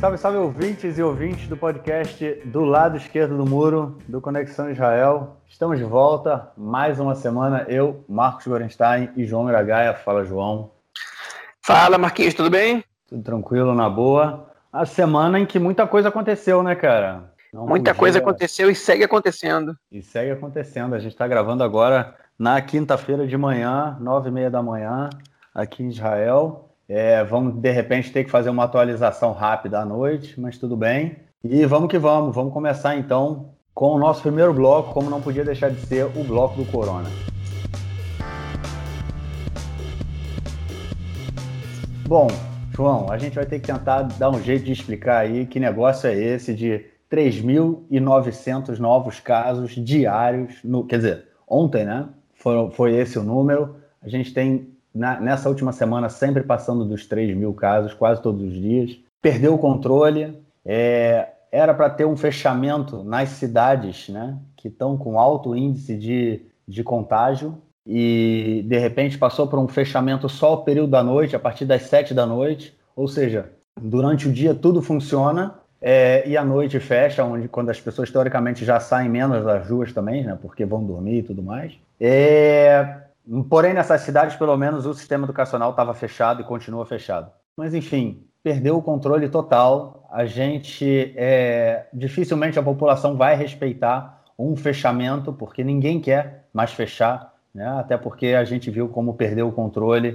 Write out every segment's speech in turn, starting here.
Salve, salve ouvintes e ouvintes do podcast do lado esquerdo do muro, do Conexão Israel. Estamos de volta, mais uma semana, eu, Marcos Gorenstein e João Miragaia. Fala, João. Fala, Marquinhos, tudo bem? Tudo tranquilo, na boa. A semana em que muita coisa aconteceu, né, cara? Muita coisa aconteceu e segue acontecendo. E segue acontecendo. A gente está gravando agora na quinta-feira de manhã, 9h30 da manhã, aqui em Israel. Vamos, de repente, ter que fazer uma atualização rápida à noite, mas tudo bem. E vamos que vamos. Vamos começar, então, com o nosso primeiro bloco, como não podia deixar de ser, o bloco do Corona. Bom, João, a gente vai ter que tentar dar um jeito de explicar aí que negócio é esse de 3.900 novos casos diários. Quer dizer, ontem, né? Foi esse o número. A gente tem, nessa última semana, sempre passando dos 3.000 casos, quase todos os dias. Perdeu o controle. Era para ter um fechamento nas cidades, né? Que estão com alto índice de contágio. E, de repente, passou por um fechamento só o período da noite, a partir das 7 da noite. Ou seja, durante o dia tudo funciona. E à noite fecha, quando as pessoas teoricamente já saem menos das ruas também, né, porque vão dormir e tudo mais. Porém, nessas cidades, pelo menos, o sistema educacional estava fechado e continua fechado. Mas, enfim, perdeu o controle total. Dificilmente a população vai respeitar um fechamento, porque ninguém quer mais fechar, né, até porque a gente viu como perdeu o controle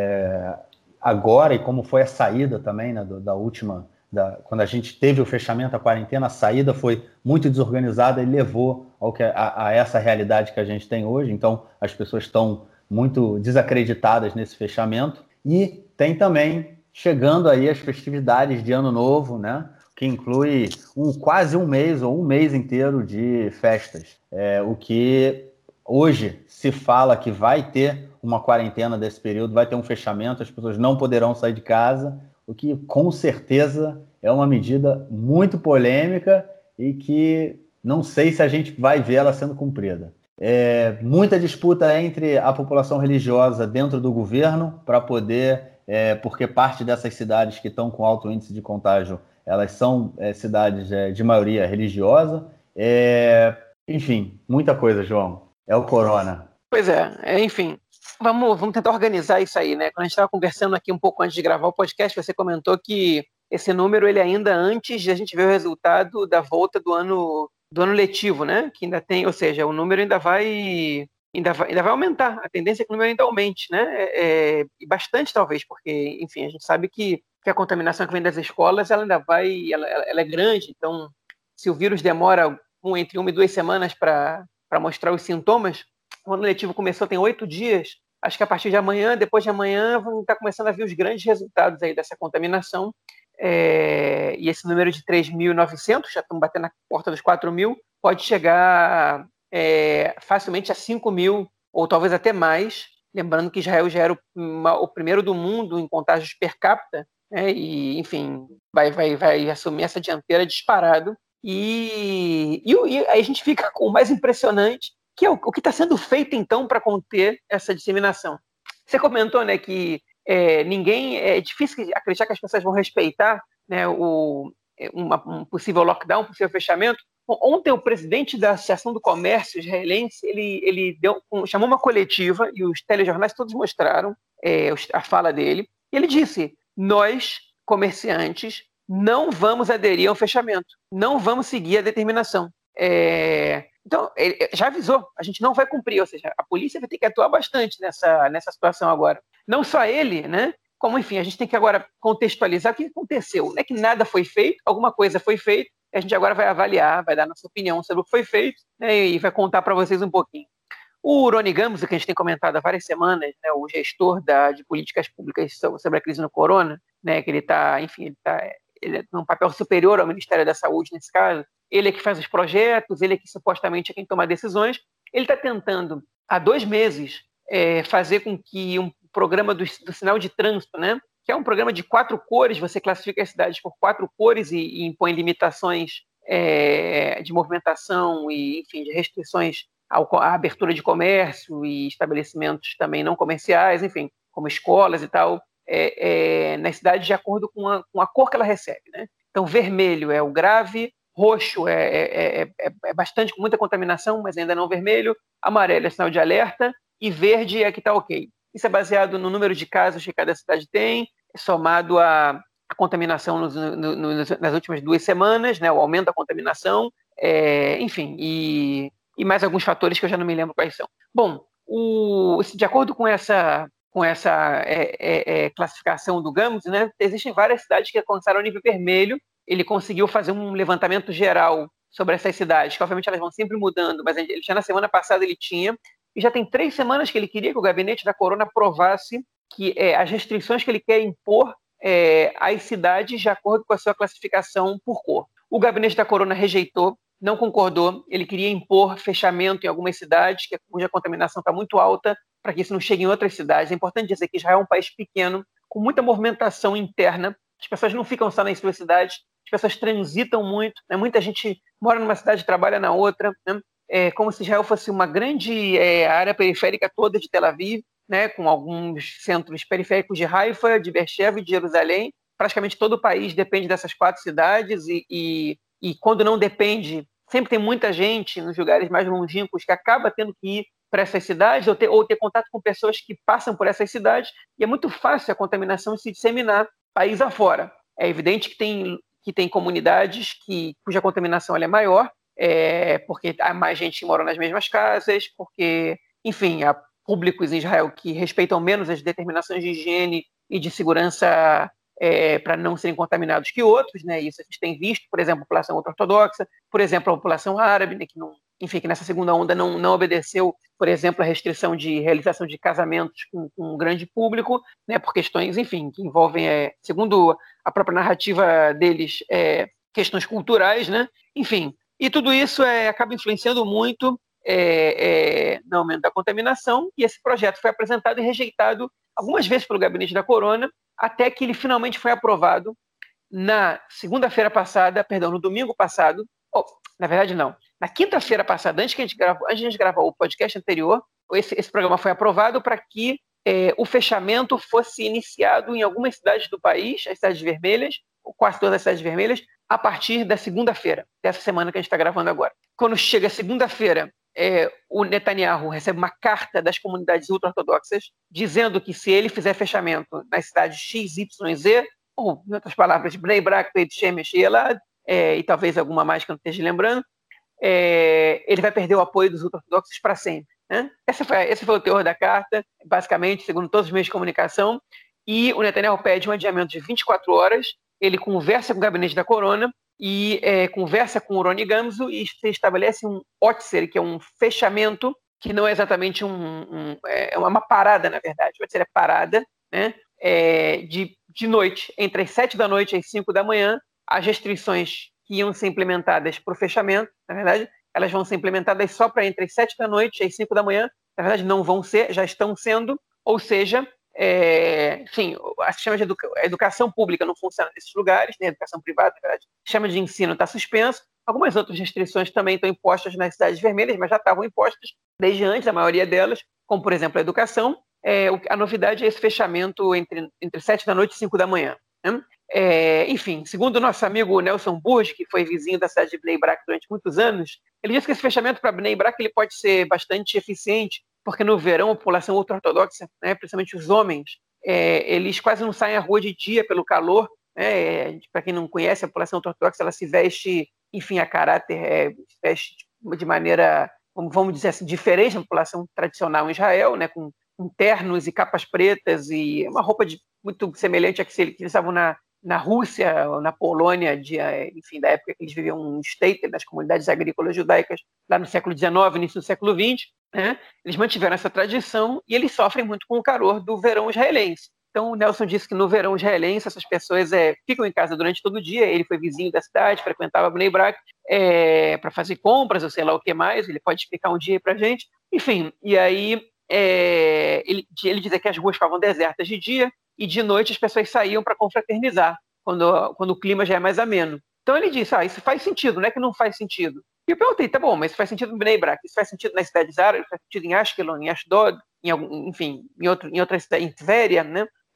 agora e como foi a saída também, né, da última... Quando a gente teve o fechamento, a quarentena, a saída foi muito desorganizada e levou a essa realidade que a gente tem hoje. Então, as pessoas estão muito desacreditadas nesse fechamento. E tem também, chegando aí as festividades de Ano Novo, né? Que inclui quase um mês ou um mês inteiro de festas. O que hoje se fala que vai ter uma quarentena desse período, vai ter um fechamento, as pessoas não poderão sair de casa, o que com certeza é uma medida muito polêmica e que não sei se a gente vai ver ela sendo cumprida. Muita disputa entre a população religiosa dentro do governo para poder, porque parte dessas cidades que estão com alto índice de contágio, elas são cidades de maioria religiosa. Enfim, muita coisa, João. É o corona. Pois enfim. Vamos tentar organizar isso aí, né? Quando a gente estava conversando aqui um pouco antes de gravar o podcast, você comentou que esse número ele ainda antes de a gente ver o resultado da volta do ano letivo, né? Que ainda tem, ou seja, o número ainda vai aumentar. A tendência é que o número ainda aumente, né? E bastante talvez, porque, enfim, a gente sabe que a contaminação que vem das escolas ela ainda vai, ela é grande. Então, se o vírus demora entre 1 e 2 semanas para mostrar os sintomas, o ano letivo começou tem 8 dias. Acho que a partir de amanhã, depois de amanhã, vamos estar começando a ver os grandes resultados aí dessa contaminação. E esse número de 3.900, já estamos batendo na porta dos 4.000, pode chegar facilmente a 5.000, ou talvez até mais. Lembrando que Israel já era o primeiro do mundo em contágios per capita, né? E, enfim, vai assumir essa dianteira disparado. E aí a gente fica com o mais impressionante, que é o que está sendo feito, então, para conter essa disseminação. Você comentou, né, que é difícil acreditar que as pessoas vão respeitar, né, um possível lockdown, um possível fechamento. Ontem, o presidente da Associação do Comércio israelense, ele chamou uma coletiva, e os telejornais todos mostraram a fala dele, e ele disse: nós, comerciantes, não vamos aderir ao fechamento, não vamos seguir a determinação. Então, ele já avisou, a gente não vai cumprir, ou seja, a polícia vai ter que atuar bastante nessa situação agora. Não só ele, né? Como, enfim, a gente tem que agora contextualizar o que aconteceu. Não é que nada foi feito, alguma coisa foi feita, e a gente agora vai avaliar, vai dar nossa opinião sobre o que foi feito, né, e vai contar para vocês um pouquinho. O Rony Gams, que a gente tem comentado há várias semanas, né, o gestor de políticas públicas sobre a crise no corona, né, que ele é num papel superior ao Ministério da Saúde nesse caso, ele é que faz os projetos, ele é que supostamente é quem toma decisões. Ele está tentando, há 2 meses, fazer com que um programa do sinal de trânsito, né, que é um programa de 4 cores, você classifica as cidades por 4 cores e impõe limitações de movimentação e, enfim, de restrições à abertura de comércio e estabelecimentos também não comerciais, enfim, como escolas e tal, nas cidades de acordo com a cor que ela recebe, né? Então, vermelho é o grave, roxo é bastante, com muita contaminação, mas ainda não vermelho, amarelo é sinal de alerta, e verde é que está ok. Isso é baseado no número de casos que cada cidade tem, somado à contaminação nas últimas 2 semanas, né, o aumento da contaminação, enfim, e mais alguns fatores que eu já não me lembro quais são. Bom, de acordo com essa classificação do Gamos, né, existem várias cidades que alcançaram o nível vermelho. Ele conseguiu fazer um levantamento geral sobre essas cidades, que obviamente elas vão sempre mudando, mas já na semana passada ele tinha, e já tem 3 semanas que ele queria que o gabinete da Corona aprovasse que as restrições que ele quer impor às cidades de acordo com a sua classificação por cor. O gabinete da Corona rejeitou, não concordou, ele queria impor fechamento em algumas cidades cuja contaminação está muito alta, para que isso não chegue em outras cidades. É importante dizer que Israel é um país pequeno, com muita movimentação interna, as pessoas não ficam só nas suas cidades, as pessoas transitam muito, né? Muita gente mora numa cidade e trabalha na outra, né? Como se Israel fosse uma grande área periférica toda de Tel Aviv, né? Com alguns centros periféricos de Haifa, de Beersheba e de Jerusalém. Praticamente todo o país depende dessas 4 cidades e quando não depende, sempre tem muita gente nos lugares mais longínquos que acaba tendo que ir para essas cidades ou ter contato com pessoas que passam por essas cidades, e é muito fácil a contaminação se disseminar país afora. É evidente que tem comunidades cuja contaminação é maior, porque há mais gente que mora nas mesmas casas, porque, enfim, há públicos em Israel que respeitam menos as determinações de higiene e de segurança para não serem contaminados que outros, né? Isso a gente tem visto, por exemplo, a população ultra-ortodoxa, por exemplo, a população árabe, né, que nessa segunda onda não obedeceu, por exemplo, a restrição de realização de casamentos com um grande público, né, por questões, enfim, que envolvem, segundo a própria narrativa deles, questões culturais, né? Enfim, e tudo isso acaba influenciando muito no aumento da contaminação, e esse projeto foi apresentado e rejeitado algumas vezes pelo gabinete da Corona, até que ele finalmente foi aprovado na segunda-feira passada, perdão, no domingo passado, na verdade não, na quinta-feira passada, antes de a gente gravar o podcast anterior, esse programa foi aprovado para que o fechamento fosse iniciado em algumas cidades do país, as cidades vermelhas, ou quase todas as cidades vermelhas, a partir da segunda-feira, dessa semana que a gente está gravando agora. Quando chega segunda-feira, o Netanyahu recebe uma carta das comunidades ultra-ortodoxas dizendo que se ele fizer fechamento nas cidades X, Y, Z, ou, em outras palavras, Bnei Brak, Beit Shemesh e Elad, e talvez alguma mais que eu não esteja lembrando, ele vai perder o apoio dos ultra-ortodoxos para sempre. Né? Esse foi o teor da carta, basicamente, segundo todos os meios de comunicação, e o Netanyahu pede um adiamento de 24 horas, ele conversa com o gabinete da Corona, e conversa com o Roni Gamzo e se estabelece um Otzer, que é um fechamento, que não é exatamente uma parada, na verdade. O Otzer é parada, né? De noite, entre as 7 da noite e as 5 da manhã, as restrições que iam ser implementadas para o fechamento, na verdade, elas vão ser implementadas só para entre as 7 da noite e as 5 da manhã, na verdade não vão ser, já estão sendo, ou seja, enfim, a sistema de educação pública não funciona nesses lugares, né? A educação privada, na verdade, o sistema de ensino está suspenso. Algumas outras restrições também estão impostas nas cidades vermelhas, mas já estavam impostas desde antes, a maioria delas, como, por exemplo, a educação. A novidade é esse fechamento entre 7 da noite e 5 da manhã. Né? Enfim, segundo o nosso amigo Nelson Burge, que foi vizinho da cidade de Bnei Brak durante muitos anos, ele disse que esse fechamento para Bnei Brak ele pode ser bastante eficiente, porque no verão a população ultra-ortodoxa, né, principalmente os homens, eles quase não saem à rua de dia pelo calor. Né? Para quem não conhece, a população ultra-ortodoxa ela se veste, enfim, a caráter, se veste de maneira, vamos dizer assim, diferente da população tradicional em Israel, né, com ternos e capas pretas e uma roupa muito semelhante à que eles estavam na Rússia ou na Polônia, enfim, da época que eles viviam um state das comunidades agrícolas judaicas lá no século XIX, início do século XX. Né? Eles mantiveram essa tradição e eles sofrem muito com o calor do verão israelense. Então, o Nelson disse que no verão israelense essas pessoas ficam em casa durante todo o dia. Ele foi vizinho da cidade, frequentava Bnei Brak para fazer compras, ou sei lá o que mais. Ele pode explicar um dia para a gente. Enfim, e aí ele dizia que as ruas ficavam desertas de dia e de noite as pessoas saíam para confraternizar, quando o clima já é mais ameno. Então ele disse, isso faz sentido, não é que não faz sentido. E eu perguntei, tá bom, mas isso faz sentido em Bnei Brak, isso faz sentido nas cidades árabes, faz sentido em Ashkelon, em Ashdod, enfim, em outra cidade, em Tveria, né?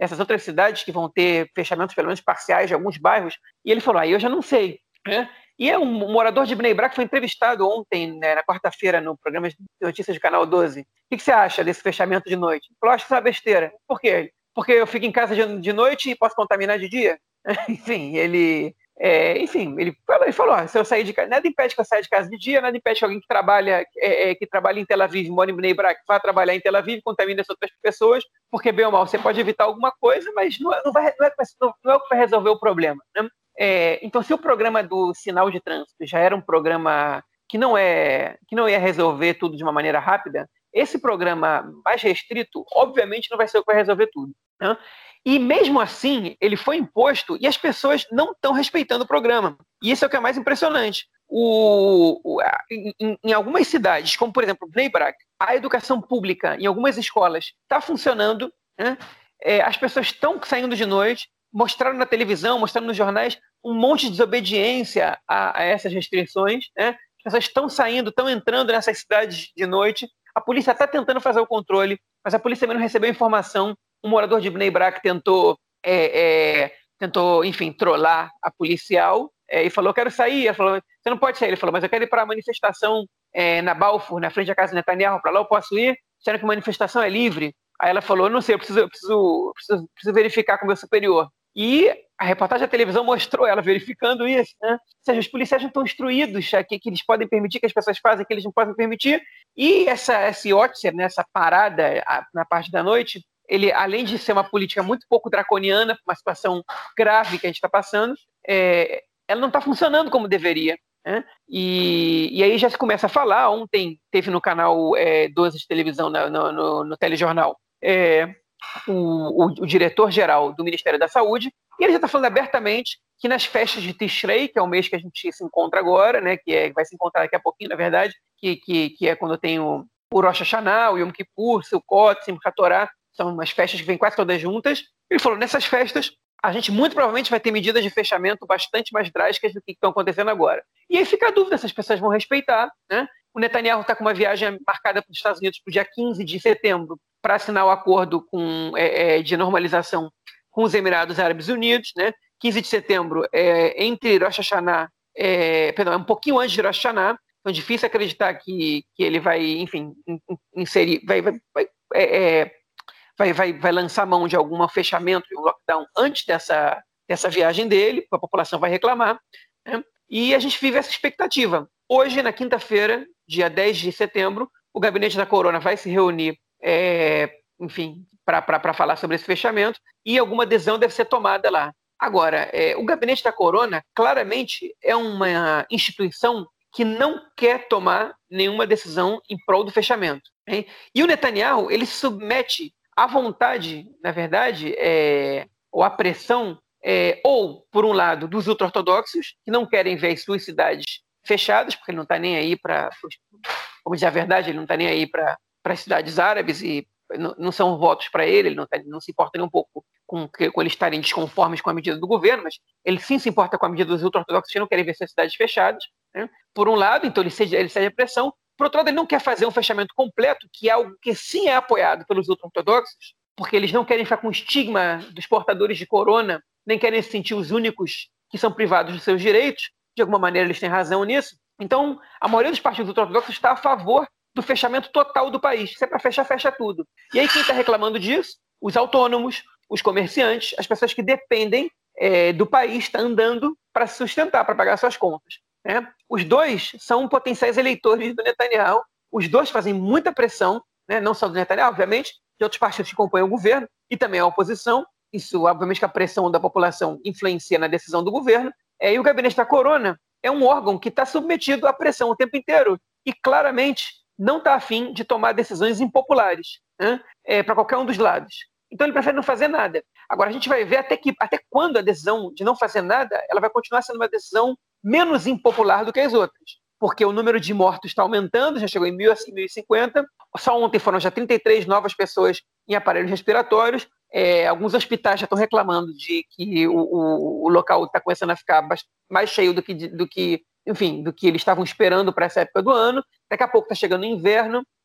essas outras cidades que vão ter fechamentos, pelo menos parciais, de alguns bairros, e ele falou, aí eu já não sei, né? E um morador de Bnei Brak foi entrevistado ontem, né, na quarta-feira, no programa de notícias do Canal 12. O que você acha desse fechamento de noite? Ele falou, acho que isso é uma besteira. Por quê? Porque eu fico em casa de noite e posso contaminar de dia? Enfim, ele falou, se eu sair de casa, nada impede que eu saia de casa de dia, nada impede que alguém que trabalha em Tel Aviv, mora em Bnei Brak, vá trabalhar em Tel Aviv e contamine as outras pessoas, porque bem ou mal você pode evitar alguma coisa, mas não é o que vai resolver o problema, né? Então, se o programa do sinal de trânsito já era um programa que não ia resolver tudo de uma maneira rápida, esse programa mais restrito, obviamente, não vai ser o que vai resolver tudo, né? E mesmo assim, ele foi imposto e as pessoas não estão respeitando o programa. E isso é o que é mais impressionante. Em algumas cidades, como por exemplo Bnei Brak, a educação pública em algumas escolas está funcionando, né? As pessoas estão saindo de noite, mostraram na televisão, mostraram nos jornais um monte de desobediência a essas restrições, né? As pessoas estão saindo, estão entrando nessas cidades de noite. A polícia está tentando fazer o controle, mas a polícia também não recebeu informação. Um morador de Bnei Brak tentou, enfim, trollar a policial e falou, quero sair. Ela falou, você não pode sair. Ele falou, mas eu quero ir para a manifestação na Balfour, na frente da casa de Netanyahu, para lá eu posso ir? Disseram que a manifestação é livre. Aí ela falou, não sei, eu preciso verificar com o meu superior. E a reportagem da televisão mostrou ela verificando isso, né? Ou seja, os policiais não estão instruídos que eles podem permitir que as pessoas façam, que eles não podem permitir. E esse Otzer, né, essa parada na parte da noite, ele, além de ser uma política muito pouco draconiana, uma situação grave que a gente está passando, ela não está funcionando como deveria, né? E aí já se começa a falar. Ontem teve no canal 12 de televisão, no telejornal, o diretor-geral do Ministério da Saúde, e ele já está falando abertamente que nas festas de Tishrei, que é o mês que a gente se encontra agora, né, vai se encontrar daqui a pouquinho, na verdade, que é quando tem o Rosh Hashanah, o Yom Kippur, Sukkot, Simchat Torah, são umas festas que vêm quase todas juntas. Ele falou, nessas festas, a gente muito provavelmente vai ter medidas de fechamento bastante mais drásticas do que estão acontecendo agora. E aí fica a dúvida se as pessoas vão respeitar, né? O Netanyahu está com uma viagem marcada para os Estados Unidos para o dia 15 de setembro para assinar o acordo de normalização com os Emirados Árabes Unidos, né? 15 de setembro, entre Rosh Hashanah, um pouquinho antes de Rosh Hashanah, então é difícil acreditar que ele vai, enfim, inserir, vai lançar mão de algum fechamento, de um lockdown antes dessa viagem dele, a população vai reclamar, né? E a gente vive essa expectativa. Hoje, na quinta-feira, dia 10 de setembro, o gabinete da Corona vai se reunir, enfim, para falar sobre esse fechamento, e alguma decisão deve ser tomada lá. Agora, o gabinete da Corona claramente é uma instituição que não quer tomar nenhuma decisão em prol do fechamento, hein? E o Netanyahu, ele se submete à vontade, na verdade, ou à pressão, ou, por um lado, dos ultra-ortodoxos, que não querem ver as suas cidades fechadas, porque ele não está nem aí vamos dizer a verdade, ele não está nem aí para as cidades árabes, e não são votos para ele não se importa nem um pouco com eles estarem desconformes com a medida do governo, mas ele sim se importa com a medida dos ultra-ortodoxos que não querem ver suas cidades fechadas, né? Por um lado, então ele cede a pressão. Por outro lado, ele não quer fazer um fechamento completo, que é algo que sim é apoiado pelos ultra-ortodoxos, porque eles não querem ficar com o estigma dos portadores de corona, nem querem se sentir os únicos que são privados dos seus direitos. De alguma maneira, eles têm razão nisso. Então, a maioria dos partidos ultra-ortodoxos está a favor do fechamento total do país. Se é para fechar, fecha tudo. E aí, quem está reclamando disso? Os autônomos, os comerciantes, as pessoas que dependem do país, está andando para se sustentar, para pagar suas contas, né? Os dois são potenciais eleitores do Netanyahu. Os dois fazem muita pressão, né? Não só do Netanyahu, obviamente, de outros partidos que compõem o governo e também a oposição. Isso, obviamente, que a pressão da população influencia na decisão do governo. E o gabinete da Corona é um órgão que está submetido à pressão o tempo inteiro e claramente não está afim de tomar decisões impopulares, né? Para qualquer um dos lados. Então ele prefere não fazer nada. Agora a gente vai ver até quando a decisão de não fazer nada ela vai continuar sendo uma decisão menos impopular do que as outras, porque o número de mortos está aumentando, já chegou em 1.050, só ontem foram já 33 novas pessoas em aparelhos respiratórios. Alguns hospitais já estão reclamando de que o local está começando a ficar mais cheio do que eles estavam esperando para essa época do ano. Daqui a pouco está chegando o inverno,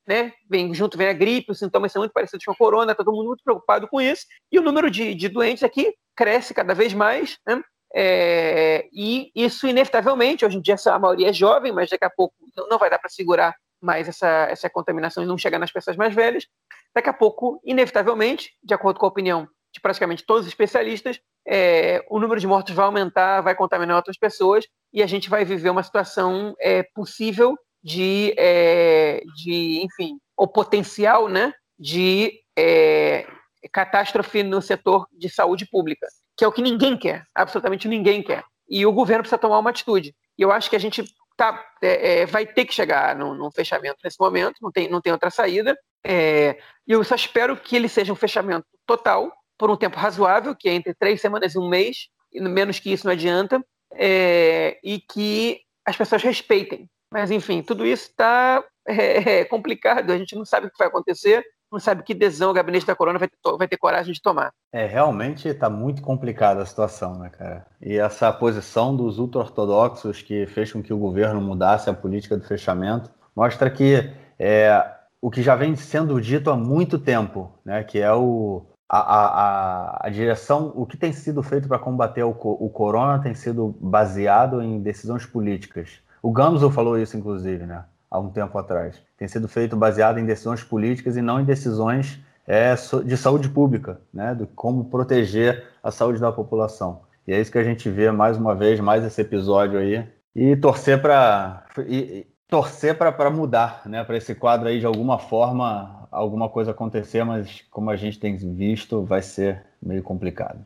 né? Vem a gripe, os sintomas são muito parecidos com a corona, está todo mundo muito preocupado com isso, e o número de doentes aqui cresce cada vez mais, né? E isso, inevitavelmente, hoje em dia a maioria é jovem, mas daqui a pouco não vai dar para segurar mais essa contaminação e não chegar nas pessoas mais velhas. Daqui a pouco, inevitavelmente, de acordo com a opinião de praticamente todos os especialistas, o número de mortos vai aumentar, vai contaminar outras pessoas, e a gente vai viver uma situação possível enfim, o potencial, né, de catástrofe no setor de saúde pública, que é o que ninguém quer, absolutamente ninguém quer. E o governo precisa tomar uma atitude. E eu acho que a gente vai ter que chegar num fechamento nesse momento, não tem outra saída. E eu só espero que ele seja um fechamento total, por um tempo razoável, que é entre 3 semanas e 1 mês, e menos que isso não adianta, e que as pessoas respeitem. Mas, enfim, tudo isso está complicado, a gente não sabe o que vai acontecer, não sabe que decisão o gabinete da corona vai ter coragem de tomar. Realmente está muito complicada a situação, né, cara? E essa posição dos ultra-ortodoxos que fez com que o governo mudasse a política do fechamento mostra que o que já vem sendo dito há muito tempo, né, que é a direção, o que tem sido feito para combater o corona tem sido baseado em decisões políticas. O Gamso falou isso, inclusive, né, há um tempo atrás. Tem sido feito baseado em decisões políticas e não em decisões de saúde pública, né, de como proteger a saúde da população. E é isso que a gente vê mais uma vez, mais esse episódio aí, e torcer para mudar, né, para esse quadro aí de alguma forma, alguma coisa acontecer, mas como a gente tem visto, vai ser meio complicado.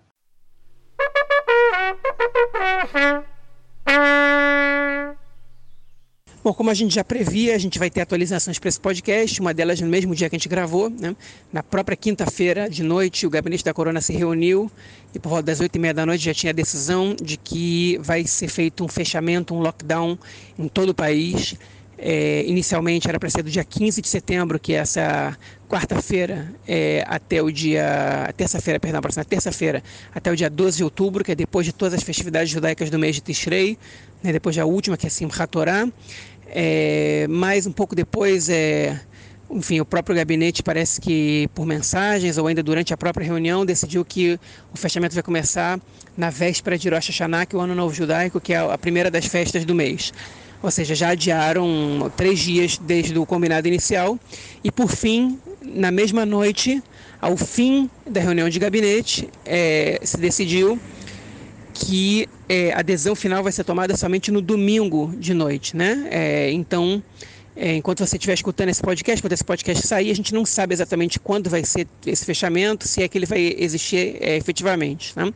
Bom, como a gente já previa, a gente vai ter atualizações para esse podcast, uma delas no mesmo dia que a gente gravou, né? Na própria quinta-feira de noite, o Gabinete da Corona se reuniu e por volta das 8h30 da noite já tinha a decisão de que vai ser feito um fechamento, um lockdown em todo o país. Inicialmente era para ser do dia 15 de setembro, que é essa quarta-feira, até o dia... próxima terça-feira, até o dia 12 de outubro, que é depois de todas as festividades judaicas do mês de Tishrei, né, depois da última, que é Simchat Torah. Mais um pouco depois, enfim, o próprio gabinete parece que por mensagens ou ainda durante a própria reunião decidiu que o fechamento vai começar na véspera de Rosh Hashanah, que é o Ano Novo Judaico, que é a primeira das festas do mês. Ou seja, já adiaram 3 dias desde o combinado inicial e, por fim, na mesma noite, ao fim da reunião de gabinete, se decidiu que a decisão final vai ser tomada somente no domingo de noite, né? Então, enquanto você estiver escutando esse podcast, quando esse podcast sair, a gente não sabe exatamente quando vai ser esse fechamento, se é que ele vai existir efetivamente, né?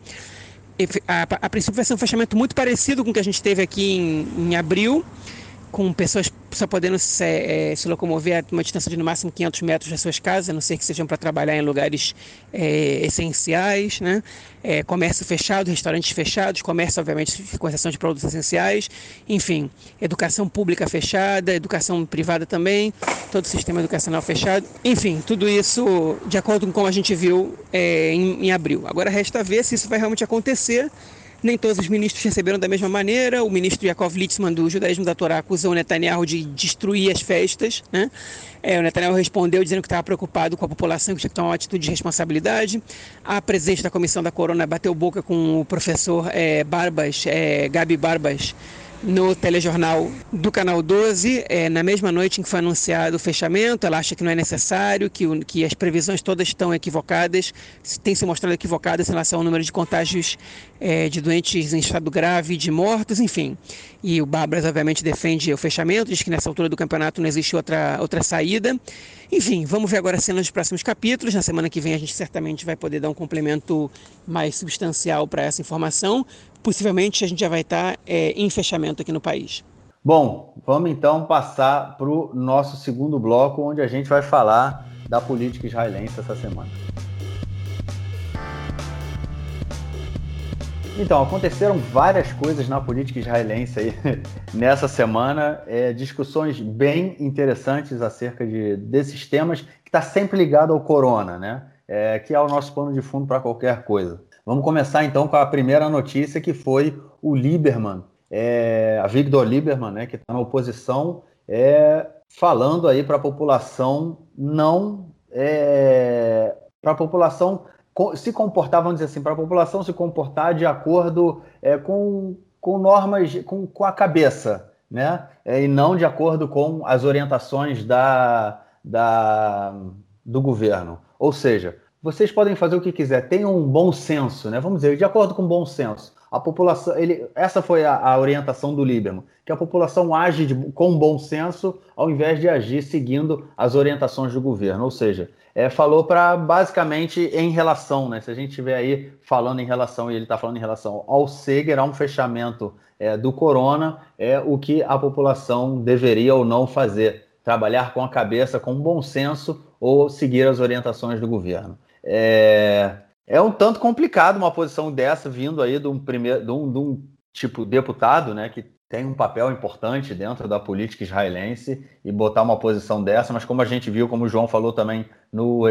A princípio vai ser um fechamento muito parecido com o que a gente teve aqui em abril, com pessoas só podendo se locomover a uma distância de no máximo 500 metros das suas casas, a não ser que sejam para trabalhar em lugares essenciais, né? Comércio fechado, restaurantes fechados, comércio, obviamente, com exceção de produtos essenciais, enfim, educação pública fechada, educação privada também, todo o sistema educacional fechado, enfim, tudo isso de acordo com como a gente viu em abril. Agora resta ver se isso vai realmente acontecer. Nem todos os ministros receberam da mesma maneira. O ministro Yaakov Litzman, do Judaísmo da Torá, acusou o Netanyahu de destruir as festas, né? O Netanyahu respondeu dizendo que estava preocupado com a população, que tinha que tomar uma atitude de responsabilidade. A presidente da Comissão da Corona bateu boca com o professor Gabi Barbas, no telejornal do Canal 12, na mesma noite em que foi anunciado o fechamento. Ela acha que não é necessário, que as previsões todas estão equivocadas, têm se mostrado equivocadas em relação ao número de contágios de doentes em estado grave, de mortos, enfim. E o Barbas, obviamente, defende o fechamento, diz que nessa altura do campeonato não existe outra saída. Enfim, vamos ver agora as cenas dos próximos capítulos. Na semana que vem a gente certamente vai poder dar um complemento mais substancial para essa informação. Possivelmente a gente já vai estar em fechamento aqui no país. Bom, vamos então passar para o nosso segundo bloco, onde a gente vai falar da política israelense essa semana. Então, aconteceram várias coisas na política israelense aí nessa semana, discussões bem interessantes acerca desses temas, que está sempre ligado ao corona, né? Que é o nosso pano de fundo para qualquer coisa. Vamos começar então com a primeira notícia, que foi o Lieberman, a Victor Lieberman, né, que está na oposição, falando aí para a população para a população se comportar, vamos dizer assim, para a população se comportar de acordo com normas, com a cabeça, né? E não de acordo com as orientações do governo. Ou seja, vocês podem fazer o que quiser, tenham um bom senso, né? Vamos dizer, de acordo com bom senso. A população, essa foi a orientação do Lieberman, que a população age com bom senso ao invés de agir seguindo as orientações do governo. Ou seja, falou para basicamente em relação, né? Se a gente estiver aí falando em relação, e ele está falando em relação ao Seger, a um fechamento do corona, o que a população deveria ou não fazer. Trabalhar com a cabeça, com bom senso ou seguir as orientações do governo. É um tanto complicado uma posição dessa vindo aí de um tipo deputado, né, que tem um papel importante dentro da política israelense e botar uma posição dessa, mas como a gente viu, como o João falou também no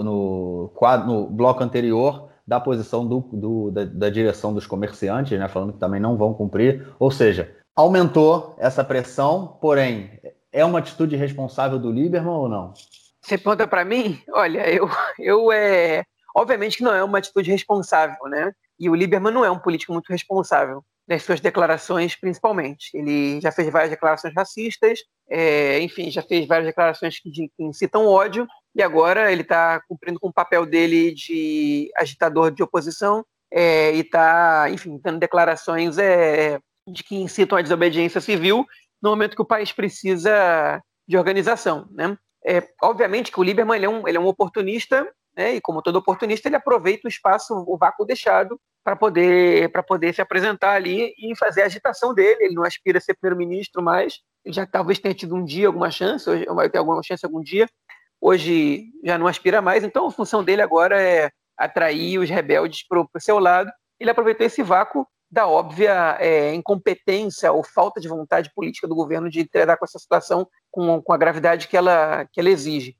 bloco anterior, da posição da direção dos comerciantes, né, falando que também não vão cumprir, ou seja, aumentou essa pressão, porém, é uma atitude responsável do Lieberman ou não? Você pergunta para mim? Olha, obviamente que não é uma atitude responsável, né? E o Lieberman não é um político muito responsável nas suas declarações, principalmente. Ele já fez várias declarações racistas, enfim, já fez várias declarações que incitam ódio, e agora ele está cumprindo com o papel dele de agitador de oposição e está, enfim, dando declarações de que incitam a desobediência civil no momento que o país precisa de organização, né? Obviamente que o Lieberman ele é um oportunista, né, e como todo oportunista, ele aproveita o espaço, o vácuo deixado para poder se apresentar ali e fazer a agitação dele. Ele não aspira a ser primeiro-ministro mais, ele já talvez tenha tido um dia alguma chance, hoje vai ter alguma chance algum dia, hoje já não aspira mais, então a função dele agora é atrair os rebeldes para o seu lado. Ele aproveitou esse vácuo da óbvia incompetência ou falta de vontade política do governo de lidar com essa situação com a gravidade que ela exige.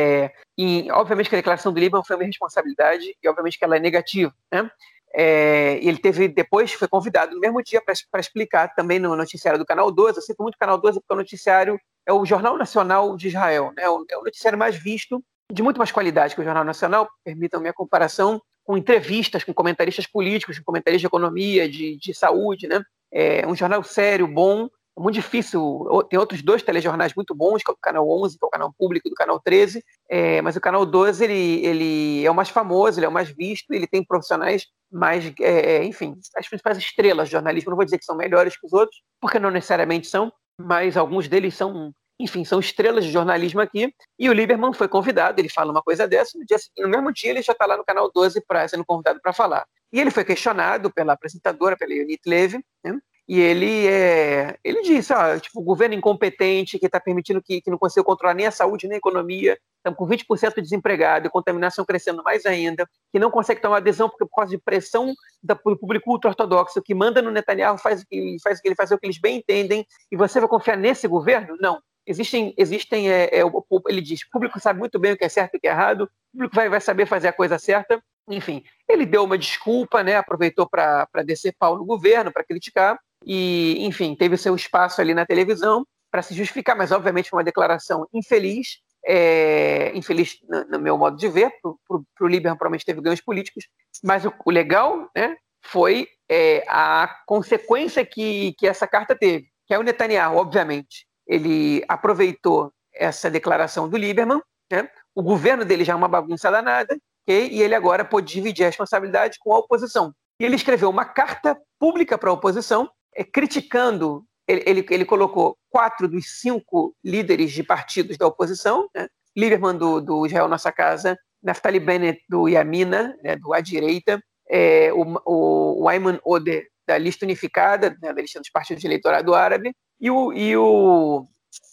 E obviamente que a declaração do Lieberman foi uma responsabilidade e obviamente que ela é negativa, né? Ele depois foi convidado no mesmo dia para explicar também no noticiário do Canal 12. Eu cito muito o Canal 12 porque o noticiário é o Jornal Nacional de Israel, né? É o noticiário mais visto, de muito mais qualidade que o Jornal Nacional, permitam-me a comparação, com entrevistas com comentaristas políticos, com comentaristas de economia, de saúde, né? É um jornal sério, bom, é muito difícil. Tem outros 2 telejornais muito bons, que é o Canal 11, que é o canal público do Canal 13, mas o Canal 12 ele é o mais famoso, ele é o mais visto, ele tem profissionais mais, enfim, as principais estrelas de jornalismo. Não vou dizer que são melhores que os outros, porque não necessariamente são, mas alguns deles são, enfim, são estrelas de jornalismo aqui. E o Lieberman foi convidado, ele fala uma coisa dessa, no mesmo dia ele já está lá no Canal 12 sendo convidado para falar. E ele foi questionado pela apresentadora, pela Yonit Levy, né? E ele disse, tipo, o governo incompetente que está permitindo que não consiga controlar nem a saúde nem a economia, estamos com 20% de desempregado e contaminação crescendo mais ainda, que não consegue tomar adesão porque por causa de pressão do público ultra-ortodoxo que manda no Netanyahu, faz o que ele faz o que eles bem entendem, e você vai confiar nesse governo? Não. Existem ele diz, o público sabe muito bem o que é certo e o que é errado, o público vai saber fazer a coisa certa. Enfim, ele deu uma desculpa, né, aproveitou para descer pau no governo, para criticar, e, enfim, teve o seu espaço ali na televisão para se justificar, mas obviamente foi uma declaração infeliz, infeliz no meu modo de ver. Para o Lieberman provavelmente teve ganhos políticos, mas o legal, né, foi a consequência que essa carta teve, que é o Netanyahu, obviamente. Ele aproveitou essa declaração do Lieberman, né? O governo dele já é uma bagunça danada, e ele agora pôde dividir a responsabilidade com a oposição. E ele escreveu uma carta pública para a oposição, criticando, ele colocou 4 dos 5 líderes de partidos da oposição, né? Lieberman do Israel Nossa Casa, Naftali Bennett do Yamina, né, do à direita, o Ayman Odeh da lista unificada, né, da lista dos partidos de eleitorado árabe, e o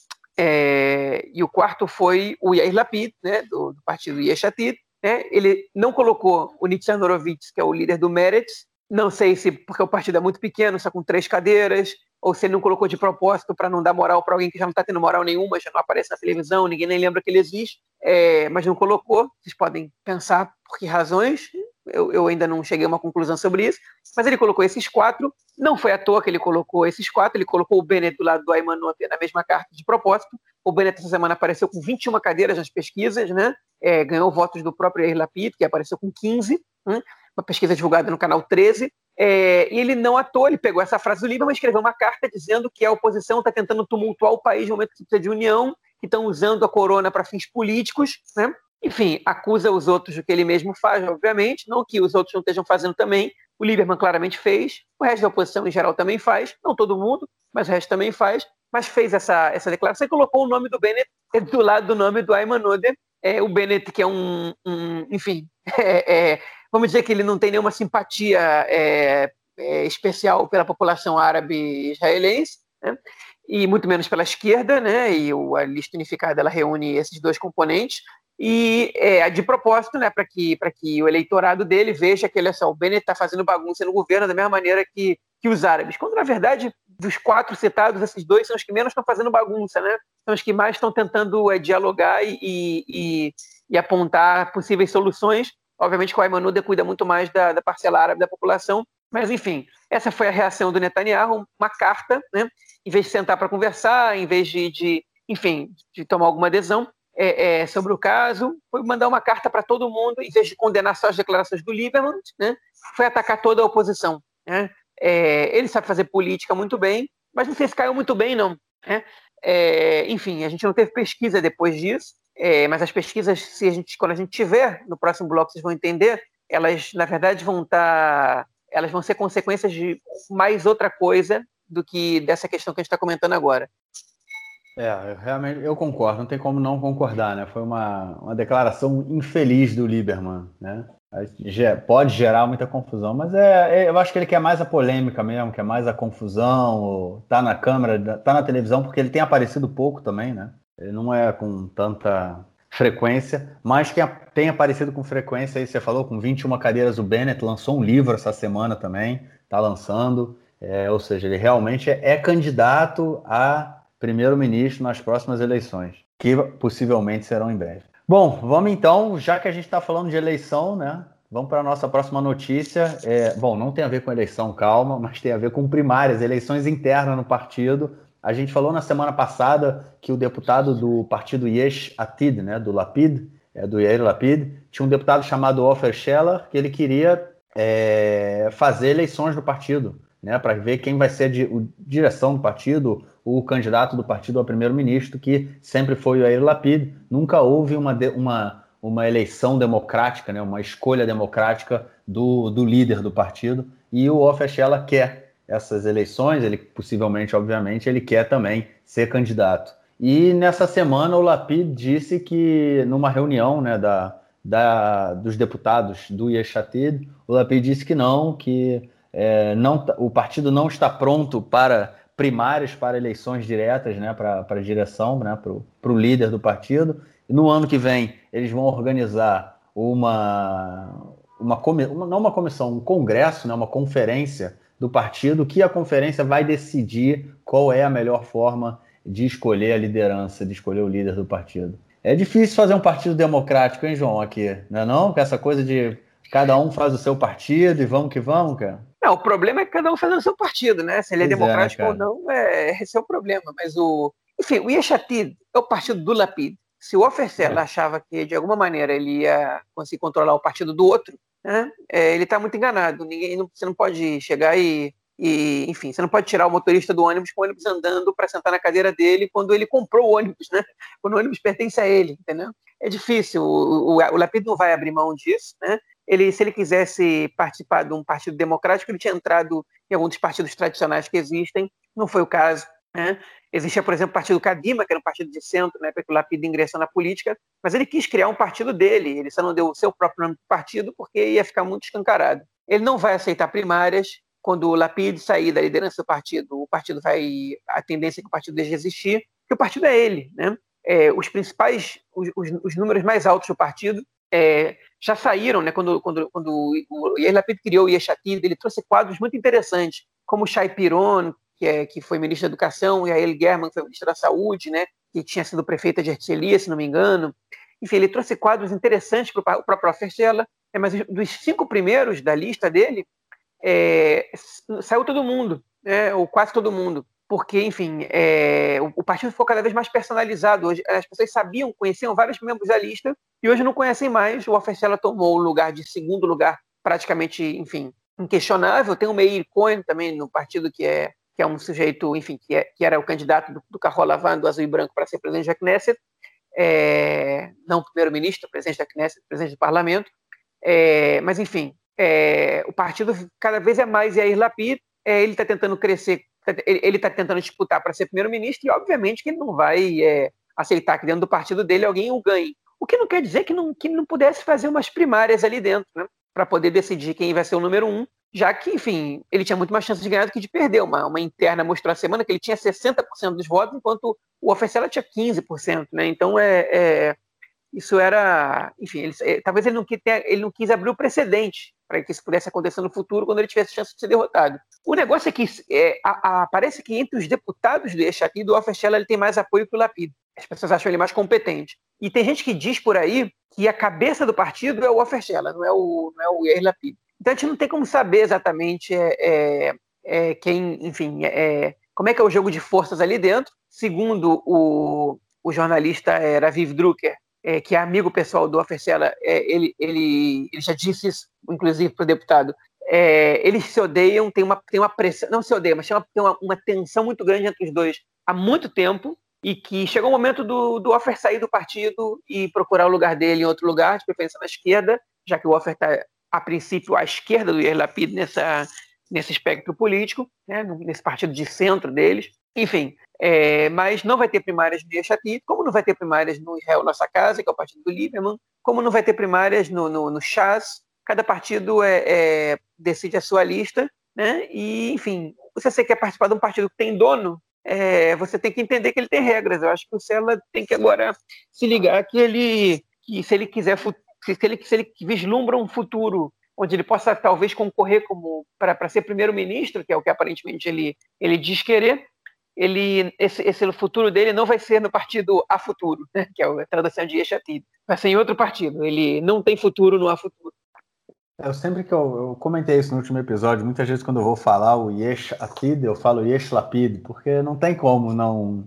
quarto foi o Yair Lapid, né, do partido Yesh Atid, né? Ele não colocou o Nitzan Horowitz, que é o líder do Meretz, não sei se porque o partido é muito pequeno, só com 3 cadeiras, ou se ele não colocou de propósito para não dar moral para alguém que já não está tendo moral nenhuma, já não aparece na televisão, ninguém nem lembra que ele existe, mas não colocou. Vocês podem pensar por que razões, eu ainda não cheguei a uma conclusão sobre isso, mas ele colocou esses 4, não foi à toa que ele colocou esses 4, ele colocou o Bennett do lado do Ayman Odeh na mesma carta de propósito, O Bennett essa semana apareceu com 21 cadeiras nas pesquisas, né? Ganhou votos do próprio Yair Lapid, que apareceu com 15, né? Uma pesquisa divulgada no canal 13. E ele não à toa, ele pegou essa frase do Lieberman e escreveu uma carta dizendo que a oposição está tentando tumultuar o país no momento que precisa de união, que estão usando a corona para fins políticos, né? Enfim, acusa os outros do que ele mesmo faz, obviamente, não que os outros não estejam fazendo também. O Lieberman claramente fez, o resto da oposição em geral também faz, não todo mundo, mas o resto também faz, mas fez essa declaração e colocou o nome do Bennett do lado do nome do Ayman Odeh. O Bennett, que é enfim, vamos dizer que ele não tem nenhuma simpatia especial pela população árabe israelense, né? E muito menos pela esquerda, né? E a lista unificada ela reúne esses dois componentes. E de propósito, né, para que o eleitorado dele veja que o Bennett está fazendo bagunça no governo da mesma maneira que os árabes, quando na verdade dos 4 citados, esses 2 são os que menos estão fazendo bagunça, né? São os que mais estão tentando dialogar e apontar possíveis soluções. Obviamente que o Ayman Odeh cuida muito mais da parcela árabe da população, mas enfim, essa foi a reação do Netanyahu, uma carta, né? Em vez de sentar para conversar, em vez de tomar alguma adesão sobre o caso, foi mandar uma carta para todo mundo, em vez de condenar só as declarações do Lieberman, né? Foi atacar toda a oposição, né? Ele sabe fazer política muito bem, mas não sei se caiu muito bem, não, né? Enfim, a gente não teve pesquisa depois disso, mas as pesquisas, quando a gente tiver no próximo bloco, vocês vão entender, elas, na verdade, elas vão ser consequências de mais outra coisa do que dessa questão que a gente está comentando agora. Realmente eu concordo, não tem como não concordar, né? Foi uma declaração infeliz do Lieberman, né? Pode gerar muita confusão, mas eu acho que ele quer mais a polêmica mesmo, quer mais a confusão, tá na câmera, tá na televisão, porque ele tem aparecido pouco também, né? Ele não é com tanta frequência, mas quem tem aparecido com frequência, aí você falou, com 21 cadeiras, o Bennett lançou um livro essa semana também, tá lançando, ou seja, ele realmente é candidato a primeiro-ministro nas próximas eleições, que possivelmente serão em breve. Bom, vamos então, já que a gente está falando de eleição, né? Vamos para a nossa próxima notícia. Bom, não tem a ver com eleição, calma, mas tem a ver com primárias, eleições internas no partido. A gente falou na semana passada que o deputado do partido Yesh Atid, né, do Lapid, do Yair Lapid, tinha um deputado chamado Ofer Shelah, que ele queria fazer eleições no partido, né, para ver quem vai ser a direção do partido, o candidato do partido ao primeiro-ministro, que sempre foi o Yair Lapid. Nunca houve uma eleição democrática, né, uma escolha democrática do líder do partido, e o Ofer Shelah quer essas eleições, ele possivelmente, obviamente, ele quer também ser candidato. E nessa semana o Lapid disse que, numa reunião, né, dos deputados do Yesh Atid, o Lapid disse que o partido não está pronto para primárias, para eleições diretas, né, para a direção, né, para o líder do partido. E no ano que vem eles vão organizar um congresso, né, uma conferência do partido, que a conferência vai decidir qual é a melhor forma de escolher a liderança, de escolher o líder do partido. É difícil fazer um partido democrático, hein, João, aqui, não é não? Com essa coisa de cada um faz o seu partido e vamos que vamos, cara. Não, o problema é que cada um fazendo o seu partido, né? Se ele é democrático ou não, esse é o problema. Mas enfim, o Yesh Atid é o partido do Lapid. Se o Ofer Shelah achava que, de alguma maneira, ele ia conseguir controlar o partido do outro, né? Ele está muito enganado. Você não pode chegar enfim, você não pode tirar o motorista do ônibus com o ônibus andando para sentar na cadeira dele quando ele comprou o ônibus, né? Quando o ônibus pertence a ele, entendeu? É difícil. O Lapid não vai abrir mão disso, né? Se ele quisesse participar de um partido democrático, ele tinha entrado em alguns dos partidos tradicionais que existem, não foi o caso, né? Existia, por exemplo, o partido Kadima, que era um partido de centro, né, porque o Lapid ingressou na política, mas ele quis criar um partido dele, ele só não deu o seu próprio nome para o partido porque ia ficar muito escancarado. Ele não vai aceitar primárias. Quando o Lapid sair da liderança do partido, a tendência é que o partido deixe de existir, porque o partido é ele, né? Os números mais altos do partido já saíram, né? Quando o Yair Lapid criou o Yesh Atid, ele trouxe quadros muito interessantes, como o Shai Piron, que foi ministro da Educação, e a Yael German, que foi ministra da Saúde, né? Que tinha sido prefeita de Herzliya, se não me engano. Enfim, ele trouxe quadros interessantes para o próprio Ofer Shelah, mas dos 5 primeiros da lista dele, saiu todo mundo, né? Ou quase todo mundo. porque, enfim, o partido ficou cada vez mais personalizado. Hoje, as pessoas conheciam vários membros da lista, e hoje não conhecem mais. O Ofercella tomou o lugar de segundo lugar, praticamente, enfim, inquestionável. Tem o Meir Cohen também no partido, que é um sujeito, enfim, que era o candidato do Carol Lavan, do Azul e Branco, para ser presidente da Knesset, não primeiro-ministro, presidente da Knesset, presidente do parlamento, mas, enfim, o partido cada vez é mais Yair Lapid. Ele está tentando crescer, ele está tentando disputar para ser primeiro-ministro, e obviamente que ele não vai aceitar que dentro do partido dele alguém o ganhe. O que não quer dizer que não pudesse fazer umas primárias ali dentro, né, para poder decidir quem vai ser o número 1, já que, enfim, ele tinha muito mais chance de ganhar do que de perder. Uma interna mostrou a semana que ele tinha 60% dos votos, enquanto o Ofercella tinha 15%. Né? Então, isso era... Enfim, talvez ele não quis abrir o precedente para que isso pudesse acontecer no futuro, quando ele tivesse chance de ser derrotado. O negócio é que parece que entre os deputados do Yesh Atid, o Ofercella ele tem mais apoio que o Lapid. As pessoas acham ele mais competente. E tem gente que diz por aí que a cabeça do partido é o Ofercella, não é o Yair Lapid. Então a gente não tem como saber exatamente quem, enfim, como é que é o jogo de forças ali dentro. Segundo o jornalista Raviv Drucker, que é amigo pessoal do Ofercella, ele já disse isso, inclusive, para o deputado. Eles se odeiam, tem uma pressão, não se odeiam, mas tem uma tensão muito grande entre os dois há muito tempo, e que chegou o momento do Ofer sair do partido e procurar o lugar dele em outro lugar, de preferência na esquerda, já que o Ofer está, a princípio, à esquerda do Yair Lapid nesse espectro político, né, nesse partido de centro deles. Enfim, mas não vai ter primárias no Yesh Atid, como não vai ter primárias no Israel Nossa Casa, que é o partido do Lieberman, como não vai ter primárias no Shas. Cada partido decide a sua lista, né? E, enfim, se você quer participar de um partido que tem dono, você tem que entender que ele tem regras. Eu acho que o Cella tem que agora se ligar que se ele vislumbra um futuro onde ele possa talvez concorrer para ser primeiro-ministro, que é o que aparentemente ele diz querer, esse futuro dele não vai ser no partido A Futuro, né, que é a tradução de Yesh Atid. Vai ser em outro partido. Ele não tem futuro no A Futuro. Eu comentei isso no último episódio, muitas vezes quando eu vou falar o Yesh Atid, eu falo Yesh Lapid, porque não tem como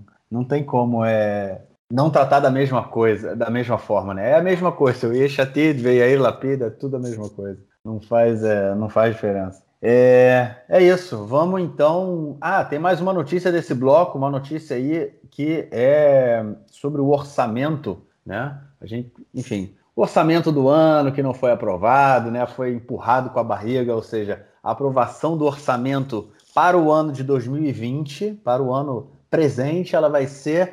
não tratar da mesma coisa, da mesma forma, né? É a mesma coisa, o Yesh Atid, Yair Lapid, é tudo a mesma coisa. Não faz diferença. É isso, vamos então... tem mais uma notícia desse bloco, uma notícia aí que é sobre o orçamento, né? Enfim, o orçamento do ano que não foi aprovado, né? Foi empurrado com a barriga, ou seja, a aprovação do orçamento para o ano de 2020, para o ano presente, ela vai ser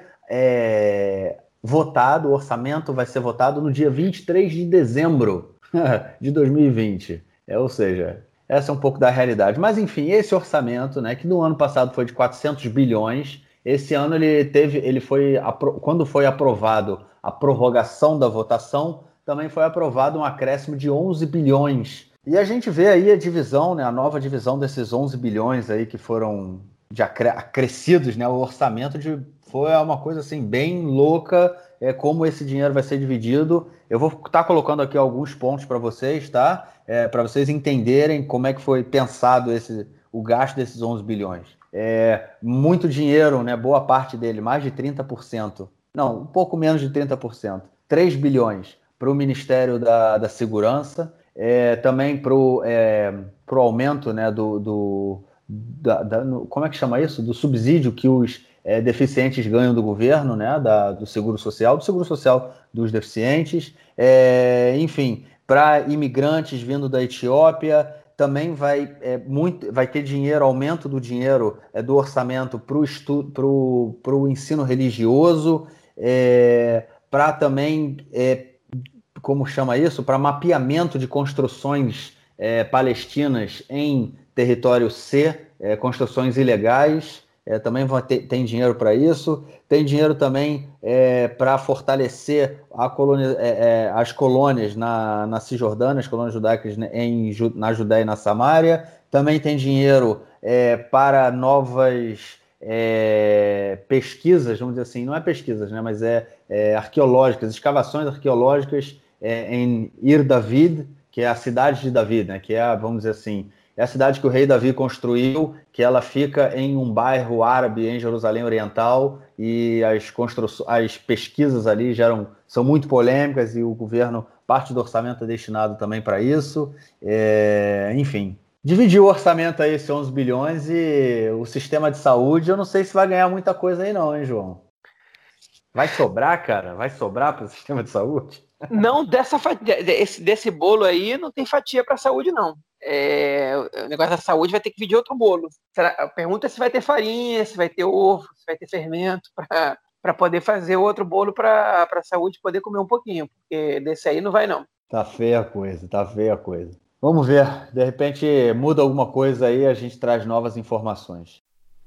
votado, o orçamento vai ser votado no dia 23 de dezembro de 2020. Ou seja, essa é um pouco da realidade. Mas, enfim, esse orçamento, né, que no ano passado foi de 400 bilhões, esse ano quando foi aprovado a prorrogação da votação, também foi aprovado um acréscimo de 11 bilhões. E a gente vê aí a divisão, né, a nova divisão desses 11 bilhões aí que foram acrescidos, né, o orçamento foi uma coisa assim bem louca, como esse dinheiro vai ser dividido. Eu vou estar colocando aqui alguns pontos para vocês, tá? Para vocês entenderem como é que foi pensado o gasto desses 11 bilhões. Muito dinheiro, né? Boa parte dele, mais de 30%. Não, um pouco menos de 30%. 3 bilhões para o Ministério da Segurança, também para o aumento, né, como é que chama isso? Do subsídio que os deficientes ganham do governo, né, do Seguro Social dos deficientes, enfim, para imigrantes vindo da Etiópia, também vai ter dinheiro, aumento do dinheiro do orçamento para o ensino religioso, para também, como chama isso? Para mapeamento de construções palestinas em território C, construções ilegais. Também tem dinheiro para isso. Tem dinheiro também para fortalecer as colônias na Cisjordânia, as colônias judaicas na Judéia e na Samária. Também tem dinheiro para novas pesquisas, vamos dizer assim, não é pesquisas, né, mas arqueológicas, escavações arqueológicas em Ir David, que é a cidade de David, né, que é, vamos dizer assim, É a cidade que o rei Davi construiu, que ela fica em um bairro árabe em Jerusalém Oriental, e as pesquisas ali são muito polêmicas, e o governo, parte do orçamento é destinado também para isso. Enfim, dividiu o orçamento aí, esses 11 bilhões, e o sistema de saúde, eu não sei se vai ganhar muita coisa aí não, hein, João? Vai sobrar, cara? Vai sobrar para o sistema de saúde? Não, desse bolo aí não tem fatia para a saúde, não. O negócio da saúde vai ter que pedir outro bolo. A pergunta é se vai ter farinha, se vai ter ovo, se vai ter fermento para poder fazer outro bolo para a saúde poder comer um pouquinho, porque desse aí não vai, não. Tá feia a coisa, tá feia a coisa. Vamos ver, de repente muda alguma coisa aí, a gente traz novas informações.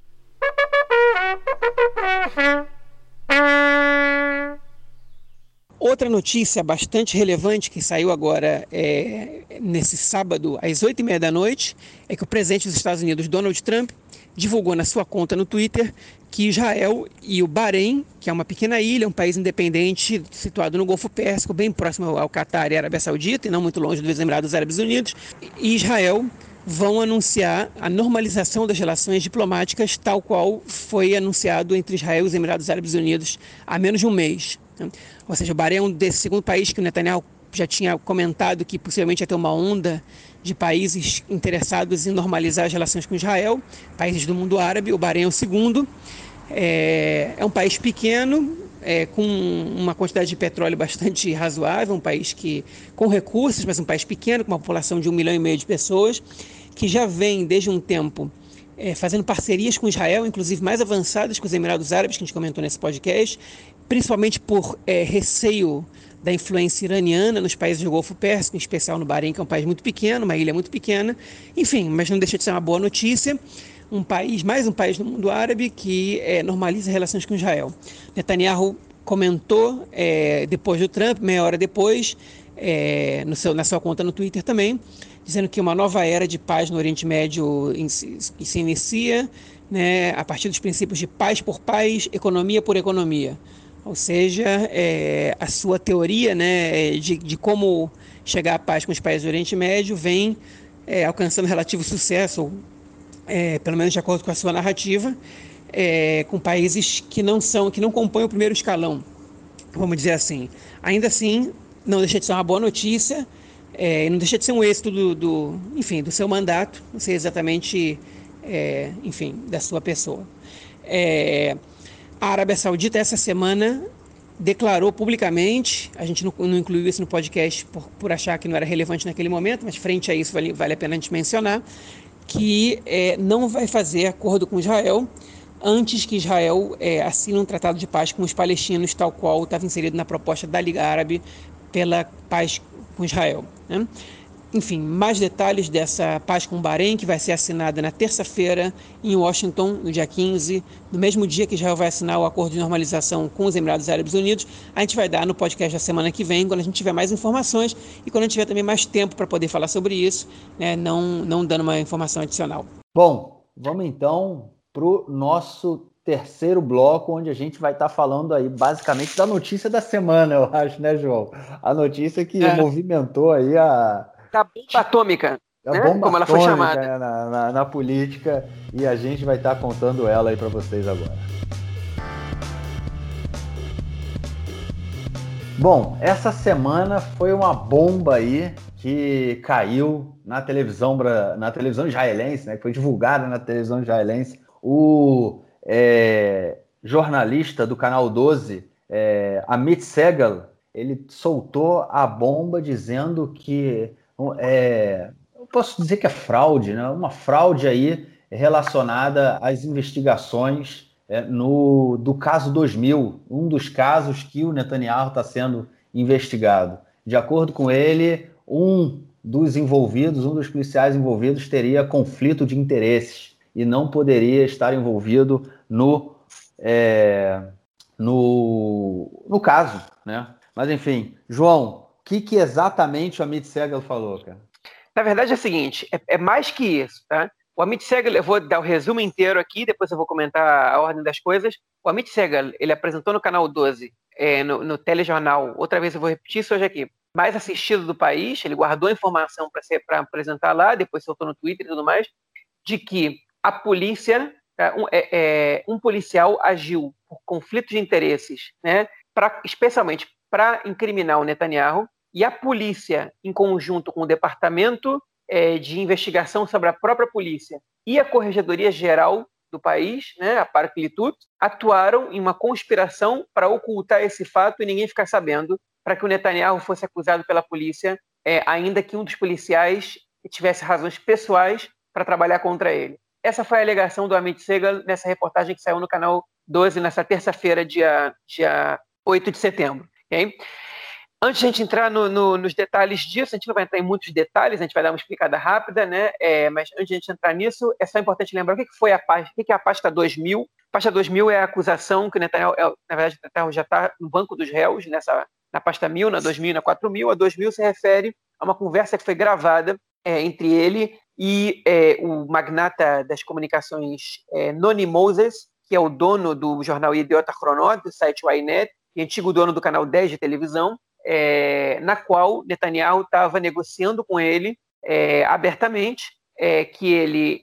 Outra notícia bastante relevante que saiu agora nesse sábado, às 8h30 da noite, é que o presidente dos Estados Unidos, Donald Trump, divulgou na sua conta no Twitter que Israel e o Bahrein, que é uma pequena ilha, um país independente situado no Golfo Pérsico, bem próximo ao Catar e à Arábia Saudita, e não muito longe dos Emirados Árabes Unidos, e Israel vão anunciar a normalização das relações diplomáticas, tal qual foi anunciado entre Israel e os Emirados Árabes Unidos há menos de um mês. Ou seja, o Bahrein é um desse segundo país que o Netanyahu já tinha comentado que possivelmente ia ter uma onda de países interessados em normalizar as relações com Israel, países do mundo árabe. O Bahrein é o segundo. É um país pequeno, com uma quantidade de petróleo bastante razoável, um país com recursos, mas um país pequeno, com uma população de 1,5 milhão de pessoas, que já vem desde um tempo fazendo parcerias com Israel, inclusive mais avançadas que os Emirados Árabes, que a gente comentou nesse podcast, principalmente por receio da influência iraniana nos países do Golfo Pérsico, em especial no Bahrein, que é um país muito pequeno, uma ilha muito pequena. Enfim, mas não deixa de ser uma boa notícia. Mais um país do mundo árabe que normaliza relações com Israel. Netanyahu comentou, depois do Trump, meia hora depois, na sua conta no Twitter também, dizendo que uma nova era de paz no Oriente Médio se inicia, né, a partir dos princípios de paz por paz, economia por economia. Ou seja, a sua teoria, né, de como chegar à paz com os países do Oriente Médio vem alcançando relativo sucesso, pelo menos de acordo com a sua narrativa, com países que não compõem o primeiro escalão, vamos dizer assim. Ainda assim, não deixa de ser uma boa notícia, não deixa de ser um êxito do seu mandato, não sei exatamente, da sua pessoa. A Arábia Saudita, essa semana, declarou publicamente, a gente não incluiu isso no podcast por achar que não era relevante naquele momento, mas frente a isso vale a pena a gente mencionar, que não vai fazer acordo com Israel antes que Israel assine um tratado de paz com os palestinos, tal qual estava inserido na proposta da Liga Árabe pela paz com Israel, né? Enfim, mais detalhes dessa paz com o Bahrein, que vai ser assinada na terça-feira em Washington, no dia 15, no mesmo dia que Israel vai assinar o acordo de normalização com os Emirados Árabes Unidos. A gente vai dar no podcast da semana que vem, quando a gente tiver mais informações e quando a gente tiver também mais tempo para poder falar sobre isso, né, não dando uma informação adicional. Bom, vamos então para o nosso terceiro bloco, onde a gente vai estar falando aí basicamente da notícia da semana, eu acho, né, João? A notícia que movimentou aí da bomba atômica, né? Bomba como ela foi chamada, né, na política, e a gente vai estar contando ela aí para vocês agora. Bom, essa semana foi uma bomba aí que caiu na televisão israelense, né, que foi divulgada na televisão israelense. O jornalista do Canal 12, Amit Segal, ele soltou a bomba dizendo que eu posso dizer que é fraude, né? Uma fraude aí relacionada às investigações do caso 2000, um dos casos que o Netanyahu está sendo investigado. De acordo com ele, um dos policiais envolvidos teria conflito de interesses e não poderia estar envolvido no caso, né? Mas enfim, João, o que exatamente o Amit Segal falou, cara? Na verdade é o seguinte, é mais que isso, tá? O Amit Segal, eu vou dar o resumo inteiro aqui, depois eu vou comentar a ordem das coisas. O Amit Segal, ele apresentou no Canal 12, no telejornal, outra vez eu vou repetir isso hoje aqui, mais assistido do país, ele guardou a informação para apresentar lá, depois soltou no Twitter e tudo mais, de que a polícia, um policial agiu por conflito de interesses, né, especialmente para incriminar o Netanyahu, e a polícia, em conjunto com o departamento de investigação sobre a própria polícia e a Corregedoria Geral do país, né, a Paraclitud, atuaram em uma conspiração para ocultar esse fato e ninguém ficar sabendo, para que o Netanyahu fosse acusado pela polícia, ainda que um dos policiais tivesse razões pessoais para trabalhar contra ele. Essa foi a alegação do Amit Segal nessa reportagem que saiu no Canal 12 nessa terça-feira, dia 8 de setembro. Okay? Antes de a gente entrar nos detalhes disso, a gente não vai entrar em muitos detalhes, a gente vai dar uma explicada rápida, né? Mas antes de a gente entrar nisso, é só importante lembrar o que foi a pasta, o que é a pasta 2000. A pasta 2000 é a acusação que o Netanyahu, na verdade, o Netanyahu já está no banco dos réus, na pasta 1000, na 2000 e na 4000. A 2000 se refere a uma conversa que foi gravada entre ele e o magnata das comunicações Noni Moses, que é o dono do jornal Yediot Ahronot, do site Ynet, e antigo dono do canal 10 de televisão, na qual Netanyahu estava negociando com ele abertamente que ele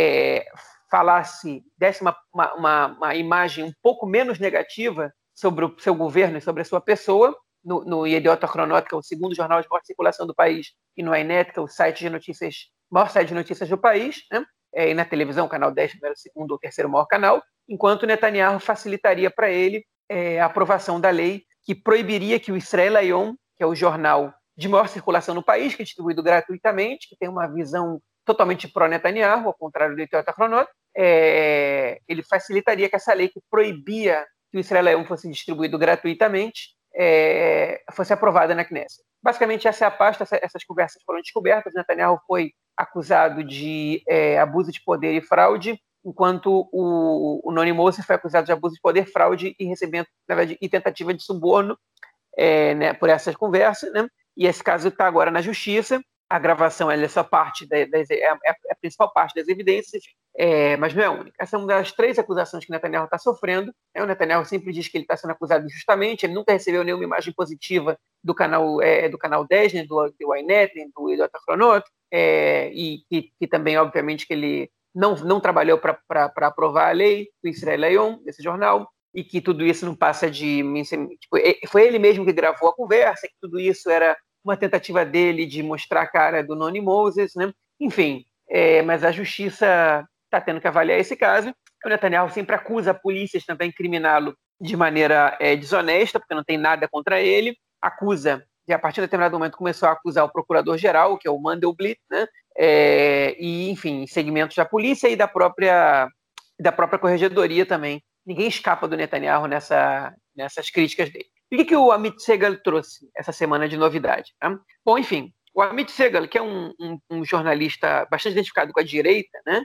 desse uma imagem um pouco menos negativa sobre o seu governo e sobre a sua pessoa, no Yediot Ahronot, que é o segundo jornal de maior circulação do país, e no Ynet, que é o maior site de notícias do país, né? E na televisão, canal 10, primeiro, segundo ou terceiro maior canal, enquanto Netanyahu facilitaria para ele a aprovação da lei que proibiria que o Israel Hayom, que é o jornal de maior circulação no país, que é distribuído gratuitamente, que tem uma visão totalmente pró-Netanyahu, ao contrário do Yediot Ahronot, ele facilitaria que essa lei que proibia que o Israel Hayom fosse distribuído gratuitamente fosse aprovada na Knesset. Basicamente, essa é a pasta, essas conversas foram descobertas. Netanyahu foi acusado de abuso de poder e fraude, enquanto o Noni Moses foi acusado de abuso de poder, fraude e recebimento, na verdade, e tentativa de suborno né, por essas conversas, né? E esse caso está agora na justiça. A gravação é só parte a principal parte das evidências, mas não é a única. Essa é uma das 3 acusações que o Netanyahu está sofrendo. O Netanyahu sempre diz que ele está sendo acusado injustamente, ele nunca recebeu nenhuma imagem positiva do canal 10, nem do Ynet, nem do Yediot Ahronot, e que também, obviamente, que ele não trabalhou para aprovar a lei do Israel Hayom, desse jornal, e que tudo isso não passa de... Tipo, foi ele mesmo que gravou a conversa, que tudo isso era uma tentativa dele de mostrar a cara do Noni Moses, né? Enfim, mas a justiça está tendo que avaliar esse caso. O Netanyahu sempre acusa a polícia de tentar incriminá-lo de maneira desonesta, porque não tem nada contra ele. Acusa, e a partir de determinado momento começou a acusar o procurador-geral, que é o Mandelblit, né? E, enfim, segmentos da polícia e da própria corregedoria também. Ninguém escapa do Netanyahu nessas críticas dele. E o que o Amit Segal trouxe essa semana de novidade? Tá? Bom, enfim, o Amit Segal, que é um jornalista bastante identificado com a direita, né?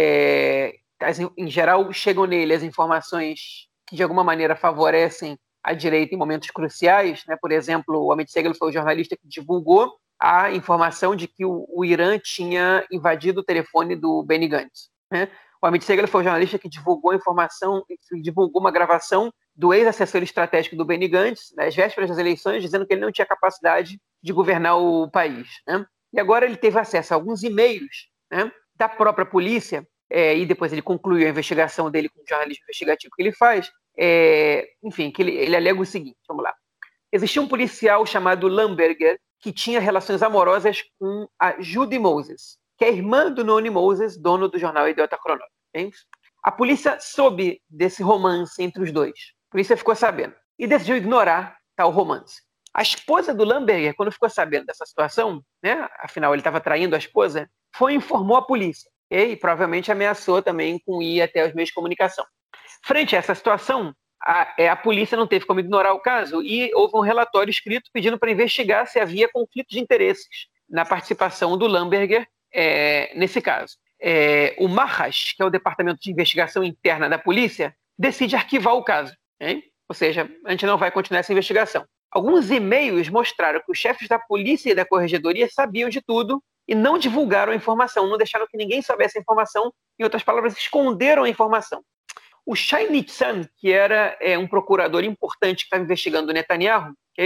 Em geral, chegam nele as informações que de alguma maneira favorecem a direita em momentos cruciais, né? Por exemplo, o Amit Segal foi o jornalista que divulgou a informação de que o Irã tinha invadido o telefone do Benny Gantz, né? O Amit Segal foi o jornalista que divulgou a informação, divulgou uma gravação do ex-assessor estratégico do Benny Gantz, nas vésperas das eleições, dizendo que ele não tinha capacidade de governar o país, né? E agora ele teve acesso a alguns e-mails, né, da própria polícia, e depois ele concluiu a investigação dele com o jornalismo investigativo que ele faz. Enfim, que ele alega o seguinte, vamos lá. Existia um policial chamado Lamberger que tinha relações amorosas com a Judy Moses, que é irmã do Noni Moses, dono do jornal Yediot Ahronot. A polícia soube desse romance entre os dois. A polícia ficou sabendo e decidiu ignorar tal romance. A esposa do Lamberger, quando ficou sabendo dessa situação, né, afinal ele estava traindo a esposa, foi e informou a polícia. E provavelmente ameaçou também com ir até os meios de comunicação. Frente a essa situação, a polícia não teve como ignorar o caso e houve um relatório escrito pedindo para investigar se havia conflito de interesses na participação do Lamberger nesse caso. O Mahash, que é o Departamento de Investigação Interna da Polícia, decide arquivar o caso. Ou seja, a gente não vai continuar essa investigação. Alguns e-mails mostraram que os chefes da polícia e da corregedoria sabiam de tudo e não divulgaram a informação, não deixaram que ninguém soubesse a informação, em outras palavras, esconderam a informação. O Shai Nitzan, que era um procurador importante que estava investigando o Netanyahu,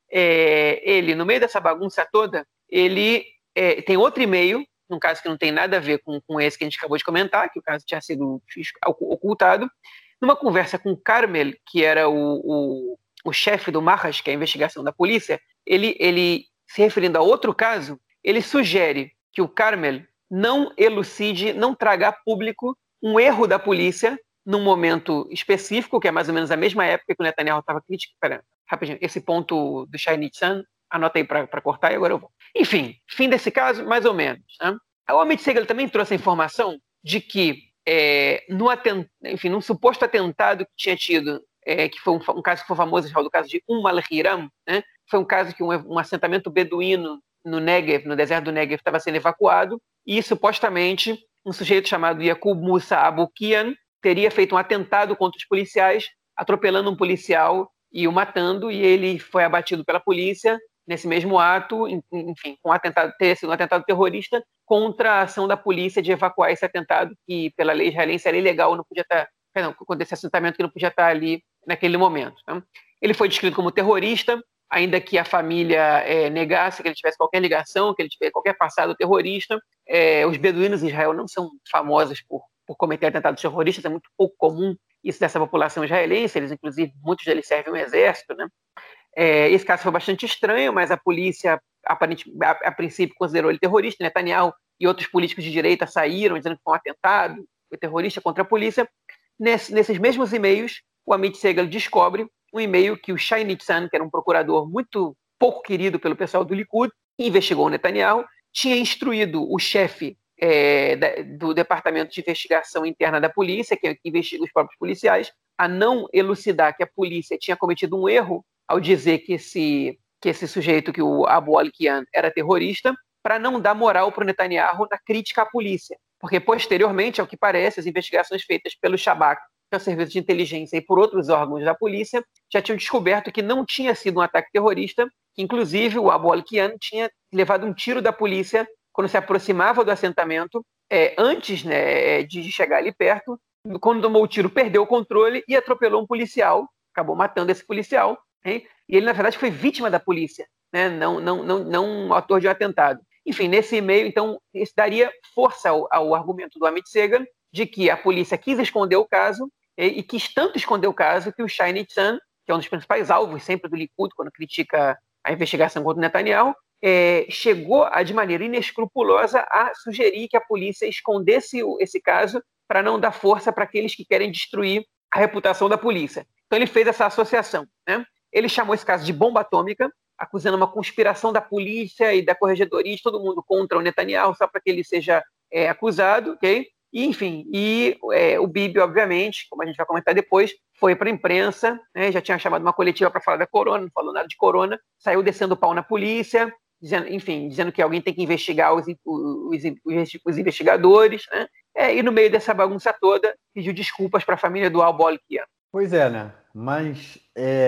ele, no meio dessa bagunça toda, ele tem outro e-mail, num caso que não tem nada a ver com esse que a gente acabou de comentar, que o caso tinha sido ocultado, numa conversa com o Carmel, que era o chefe do Marras, que é a investigação da polícia, ele se referindo a outro caso, ele sugere que o Carmel não elucide, não traga a público um erro da polícia num momento específico, que é mais ou menos a mesma época que o Netanyahu estava criticando. Espera, rapidinho, esse ponto do Shai Nitzan, anota aí para cortar e agora eu vou. Enfim, fim desse caso, mais ou menos. Né? O Amit Segal também trouxe a informação de que num suposto atentado que tinha tido, que foi um caso que foi famoso, o caso de Al-Hiram, né? Foi um caso que um assentamento beduíno no Negev, no deserto do Negev, estava sendo evacuado, e supostamente um sujeito chamado Yaqub Musa Abukian teria feito um atentado contra os policiais, atropelando um policial e o matando, e ele foi abatido pela polícia nesse mesmo ato, enfim, com ter sido um atentado terrorista contra a ação da polícia de evacuar esse atentado, que pela lei israelense era ilegal, não podia estar, contra esse assentamento que não podia estar ali naquele momento. Tá? Ele foi descrito como terrorista, ainda que a família negasse que ele tivesse qualquer ligação, que ele tivesse qualquer passado terrorista. Os beduínos em Israel não são famosos por cometer atentados terroristas, é muito pouco comum isso dessa população israelense, eles inclusive, muitos deles servem no exército, né? Esse caso foi bastante estranho, mas a polícia, a princípio, considerou ele terrorista. Netanyahu e outros políticos de direita saíram dizendo que foi um atentado, foi terrorista contra a polícia. Nesses mesmos e-mails, o Amit Segal descobre um e-mail que o Shai Nitzan, que era um procurador muito pouco querido pelo pessoal do Likud, que investigou o Netanyahu, tinha instruído o chefe do Departamento de Investigação Interna da Polícia, que investiga os próprios policiais, a não elucidar que a polícia tinha cometido um erro ao dizer que esse sujeito, que o Abu Al-Kian, era terrorista, para não dar moral para o Netanyahu na crítica à polícia. Porque, posteriormente, ao que parece, as investigações feitas pelo Shabak, que é o Serviço de Inteligência, e por outros órgãos da polícia, já tinham descoberto que não tinha sido um ataque terrorista, que, inclusive, o Abu Al-Kian tinha levado um tiro da polícia quando se aproximava do assentamento, antes, né, de chegar ali perto. Quando tomou o tiro, perdeu o controle e atropelou um policial, acabou matando esse policial, hein? E ele, na verdade, foi vítima da polícia, né? Não um autor de um atentado. Enfim, nesse e-mail, então, isso daria força ao argumento do Amit Segal de que a polícia quis esconder o caso e quis tanto esconder o caso que o Shai Nitzan, que é um dos principais alvos sempre do Likud quando critica a investigação contra o Netanyahu, chegou de maneira inescrupulosa a sugerir que a polícia escondesse esse caso para não dar força para aqueles que querem destruir a reputação da polícia. Então ele fez essa associação, né? Ele chamou esse caso de bomba atômica, acusando uma conspiração da polícia e da corregedoria, de todo mundo contra o Netanyahu, só para que ele seja acusado, ok? E, enfim, o Bibi, obviamente, como a gente vai comentar depois, foi para a imprensa, né? Já tinha chamado uma coletiva para falar da corona, não falou nada de corona, saiu descendo o pau na polícia, dizendo que alguém tem que investigar os investigadores, né? E no meio dessa bagunça toda, pediu desculpas para a família do Abu Al-Kian. Pois é, né? Mas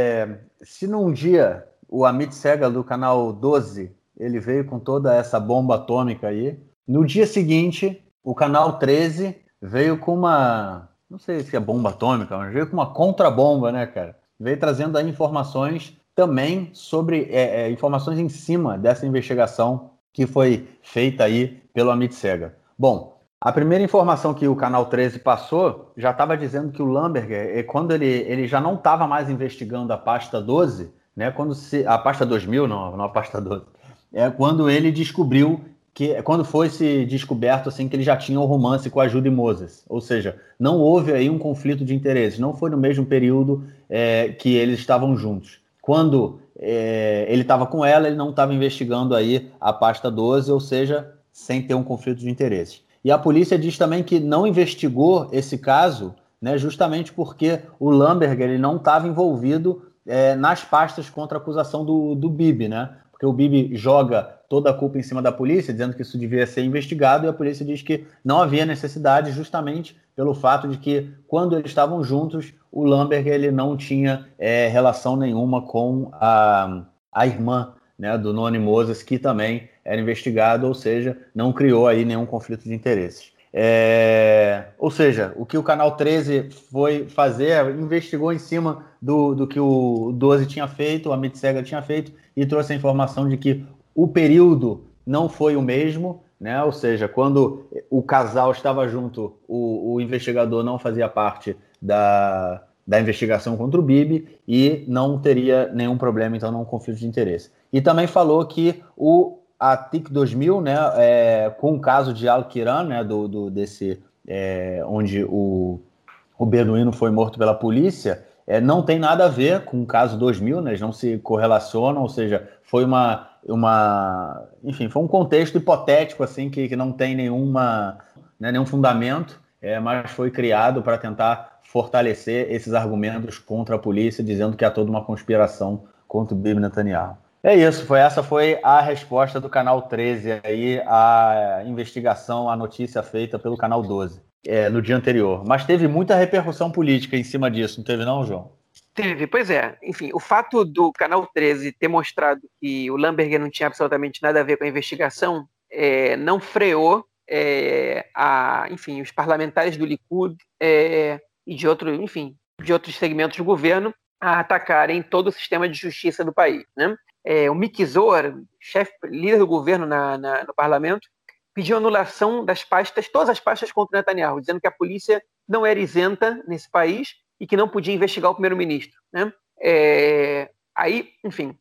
se num dia o Amit Segal do canal 12, ele veio com toda essa bomba atômica aí, no dia seguinte, o canal 13 veio com uma, não sei se é bomba atômica, mas veio com uma contrabomba, né, cara? Veio trazendo aí informações também sobre informações em cima dessa investigação que foi feita aí pelo Amit Segal. Bom, a primeira informação que o Canal 13 passou já estava dizendo que o Lamberger, quando ele já não estava mais investigando a pasta 12, né, a pasta 2000, não a pasta 12, quando ele descobriu quando foi se descoberto assim, que ele já tinha um romance com a Judy Moses, ou seja, não houve aí um conflito de interesses, não foi no mesmo período que eles estavam juntos. Quando ele estava com ela, ele não estava investigando aí a pasta 12, ou seja, sem ter um conflito de interesses. E a polícia diz também que não investigou esse caso, né, justamente porque o Lamberger ele não estava envolvido nas pastas contra a acusação do Bibi, né? Porque o Bibi joga toda a culpa em cima da polícia, dizendo que isso devia ser investigado, e a polícia diz que não havia necessidade, justamente pelo fato de que, quando eles estavam juntos, o Lamberger ele não tinha relação nenhuma com a irmã, né, do Noni Moses, que também era investigado, ou seja, não criou aí nenhum conflito de interesses. Ou seja, o que o Canal 13 foi fazer, investigou em cima do que o 12 tinha feito, o Amit Segal tinha feito, e trouxe a informação de que o período não foi o mesmo, né? Ou seja, quando o casal estava junto, o investigador não fazia parte da investigação contra o Bibi e não teria nenhum problema, então não conflito de interesse. E também falou que a TIC 2000, né, com o caso de Al-Quiran, né, onde o beduíno foi morto pela polícia, não tem nada a ver com o caso 2000, né, eles não se correlacionam, ou seja, foi enfim, foi um contexto hipotético, assim, que não tem nenhum fundamento, mas foi criado para tentar fortalecer esses argumentos contra a polícia, dizendo que há toda uma conspiração contra o Bibi Netanyahu. É isso, essa foi a resposta do Canal 13 aí, à investigação, à notícia feita pelo Canal 12, no dia anterior. Mas teve muita repercussão política em cima disso, não teve não, João? Teve, pois é. Enfim, o fato do Canal 13 ter mostrado que o Lamberger não tinha absolutamente nada a ver com a investigação não freou enfim, os parlamentares do Likud e de outros segmentos do governo a atacarem todo o sistema de justiça do país, né? O Miki Zohar, líder do governo no parlamento, pediu anulação das pastas, todas as pastas contra o Netanyahu, dizendo que a polícia não era isenta nesse país e que não podia investigar o primeiro-ministro, né? Aí, enfim,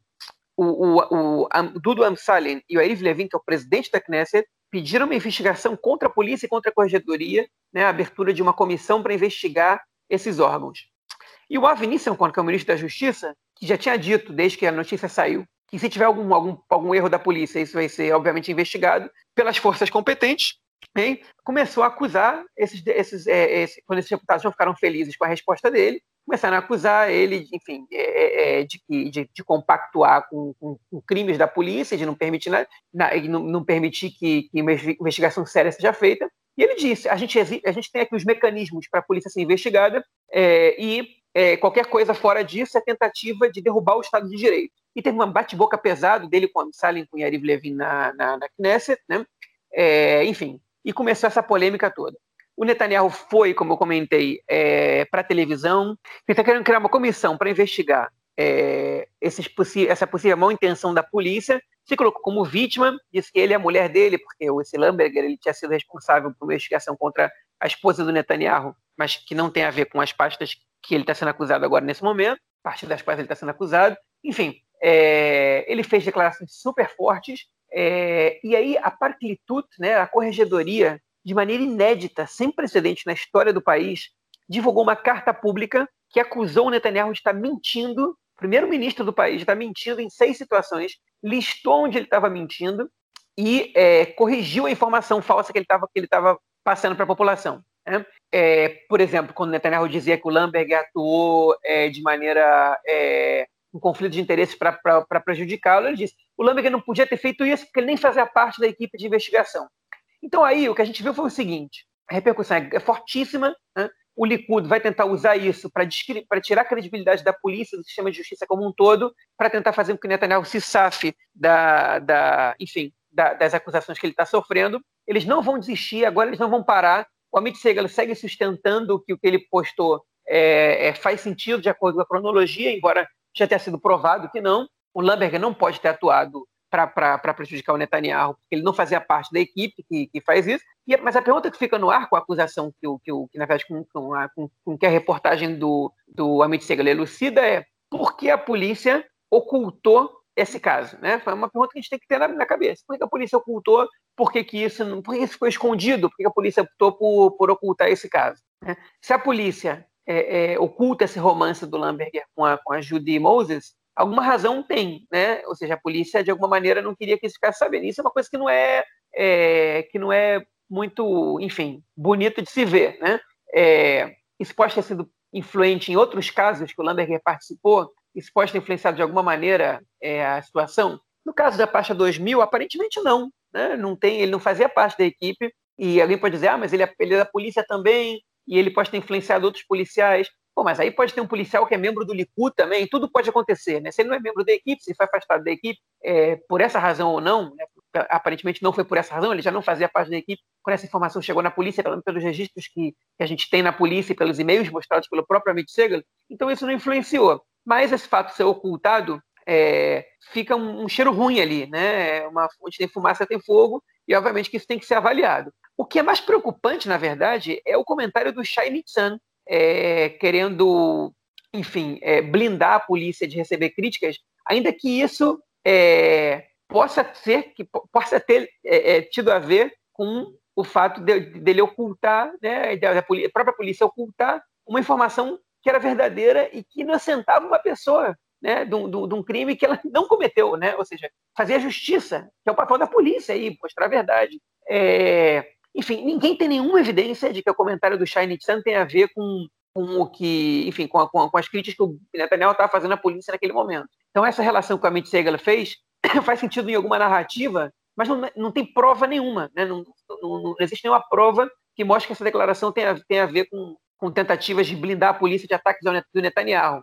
o Dudu Amsalen e o Yariv Levin, que é o presidente da Knesset, pediram uma investigação contra a polícia e contra a corregedoria, né, a abertura de uma comissão para investigar esses órgãos. E o Avi Nissenkorn, que é o ministro da Justiça, que já tinha dito, desde que a notícia saiu, que se tiver algum erro da polícia, isso vai ser, obviamente, investigado pelas forças competentes, hein? Começou a acusar quando esses deputados não ficaram felizes com a resposta dele, começaram a acusar ele, enfim, de compactuar com crimes da polícia, de não permitir, não permitir que uma investigação séria seja feita. E ele disse, a gente tem aqui os mecanismos para a polícia ser investigada qualquer coisa fora disso é tentativa de derrubar o Estado de Direito. E teve um bate-boca pesado dele com a Amsalen, com o Yariv Levin na Knesset, né? Enfim, e começou essa polêmica toda. O Netanyahu foi, como eu comentei, para a televisão, ele está querendo criar uma comissão para investigar essa possível má intenção da polícia, se colocou como vítima, disse que ele é a mulher dele, porque esse Lamberger ele tinha sido responsável por uma investigação contra a esposa do Netanyahu, mas que não tem a ver com as pastas que ele está sendo acusado agora nesse momento, parte das quais ele está sendo acusado. Enfim, ele fez declarações super fortes, e aí a Parklitut, né, a corregedoria, de maneira inédita, sem precedente na história do país, divulgou uma carta pública que acusou o Netanyahu de estar mentindo, o primeiro-ministro do país de estar mentindo em 6 situações, listou onde ele estava mentindo e corrigiu a informação falsa que ele estava passando para a população. Né? Por exemplo, quando o Netanyahu dizia que o Lamberger atuou de maneira um conflito de interesses para prejudicá-lo, ele disse que o Lamberger não podia ter feito isso porque ele nem fazia parte da equipe de investigação. Então aí o que a gente viu foi o seguinte, a repercussão é fortíssima, né? O Likud vai tentar usar isso para tirar a credibilidade da polícia, do sistema de justiça como um todo, para tentar fazer com que o Netanyahu se safe das acusações que ele está sofrendo. Eles não vão desistir, agora eles não vão parar. O Amit Segal segue sustentando que o que ele postou faz sentido de acordo com a cronologia, embora já tenha sido provado que não. O Lamberger não pode ter atuado para prejudicar o Netanyahu, porque ele não fazia parte da equipe que faz isso. Mas a pergunta que fica no ar com a acusação que na verdade, com que a reportagem do Amit Segal elucida por que a polícia ocultou esse caso? Né? Foi uma pergunta que a gente tem que ter na cabeça. Por que a polícia ocultou? Por que isso ficou escondido? Por que a polícia optou por ocultar esse caso? Né? Se a polícia oculta esse romance do Lamberger com a Judy Moses, alguma razão tem, né? Ou seja, a polícia de alguma maneira não queria que isso ficasse sabendo. Isso é uma coisa que não é muito, enfim, bonito de se ver, né? Isso pode ter sido influente em outros casos que o Lamberger participou. Isso pode ter influenciado de alguma maneira a situação. No caso da pasta 2000, aparentemente não, né? Ele não fazia parte da equipe. E alguém pode dizer, mas ele é da polícia também e ele pode ter influenciado outros policiais. Pô, mas aí pode ter um policial que é membro do Likud também, tudo pode acontecer, né? Se ele não é membro da equipe, se foi afastado da equipe, por essa razão ou não, né? aparentemente não foi por essa razão, ele já não fazia parte da equipe. Quando essa informação chegou na polícia, pelos registros que a gente tem na polícia e pelos e-mails mostrados pelo próprio Amit Segal, então isso não influenciou. Mas esse fato de ser ocultado, fica um cheiro ruim ali, né? Onde tem fumaça tem fogo, e obviamente que isso tem que ser avaliado. O que é mais preocupante, na verdade, é o comentário do Shai Nitzan, querendo, enfim, blindar a polícia de receber críticas, ainda que isso possa ter tido a ver com o fato dele ocultar, né, da própria polícia ocultar uma informação que era verdadeira e que inocentava uma pessoa, né, de um crime que ela não cometeu, né? Ou seja, fazer a justiça, que é o papel da polícia aí, mostrar a verdade. Enfim, ninguém tem nenhuma evidência de que o comentário do Shai Nitzan tem a ver com o que, enfim, com as críticas que o Netanyahu estava fazendo à polícia naquele momento. Então, essa relação que o Amit Segal fez faz sentido em alguma narrativa, mas não tem prova nenhuma, né? Não existe nenhuma prova que mostre que essa declaração tem a ver com tentativas de blindar a polícia de ataques do Netanyahu.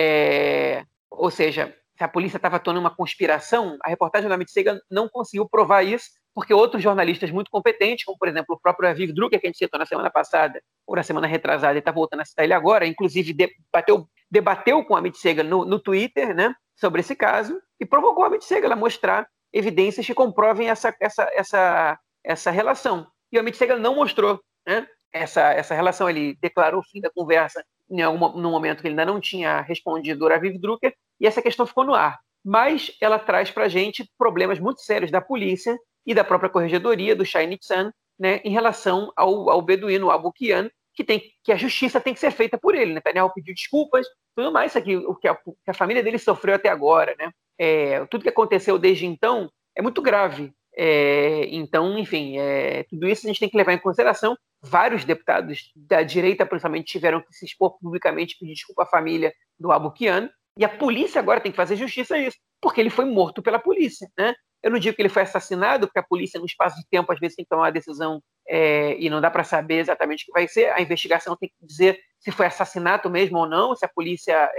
Ou seja, se a polícia estava atuando uma conspiração, a reportagem do Amit Segal não conseguiu provar isso, porque outros jornalistas muito competentes, como, por exemplo, o próprio Aviv Drucker, que a gente citou na semana passada, ou na semana retrasada, e está voltando a citar ele agora, inclusive debateu com o Amit Segal no Twitter, né, sobre esse caso, e provocou o Amit Segal a mostrar evidências que comprovem essa relação. E o Amit Segal não mostrou, né, essa relação. Ele declarou o fim da conversa no momento que ele ainda não tinha respondido o Aviv Drucker, e essa questão ficou no ar. Mas ela traz para a gente problemas muito sérios da polícia e da própria corregedoria, do Shai Nitzan, né, em relação ao beduíno Abu Kian, que a justiça tem que ser feita por ele. Netanyahu pediu desculpas, tudo mais, isso aqui, o que a família dele sofreu até agora, né? Tudo que aconteceu desde então é muito grave. Então, enfim, tudo isso a gente tem que levar em consideração. Vários deputados da direita, principalmente, tiveram que se expor publicamente, pedir desculpa à família do Abu Kian, e a polícia agora tem que fazer justiça a isso, porque ele foi morto pela polícia, né? Eu não digo que ele foi assassinado, porque a polícia, no espaço de tempo, às vezes tem que tomar uma decisão e não dá para saber exatamente o que vai ser. A investigação tem que dizer se foi assassinato mesmo ou não, se a polícia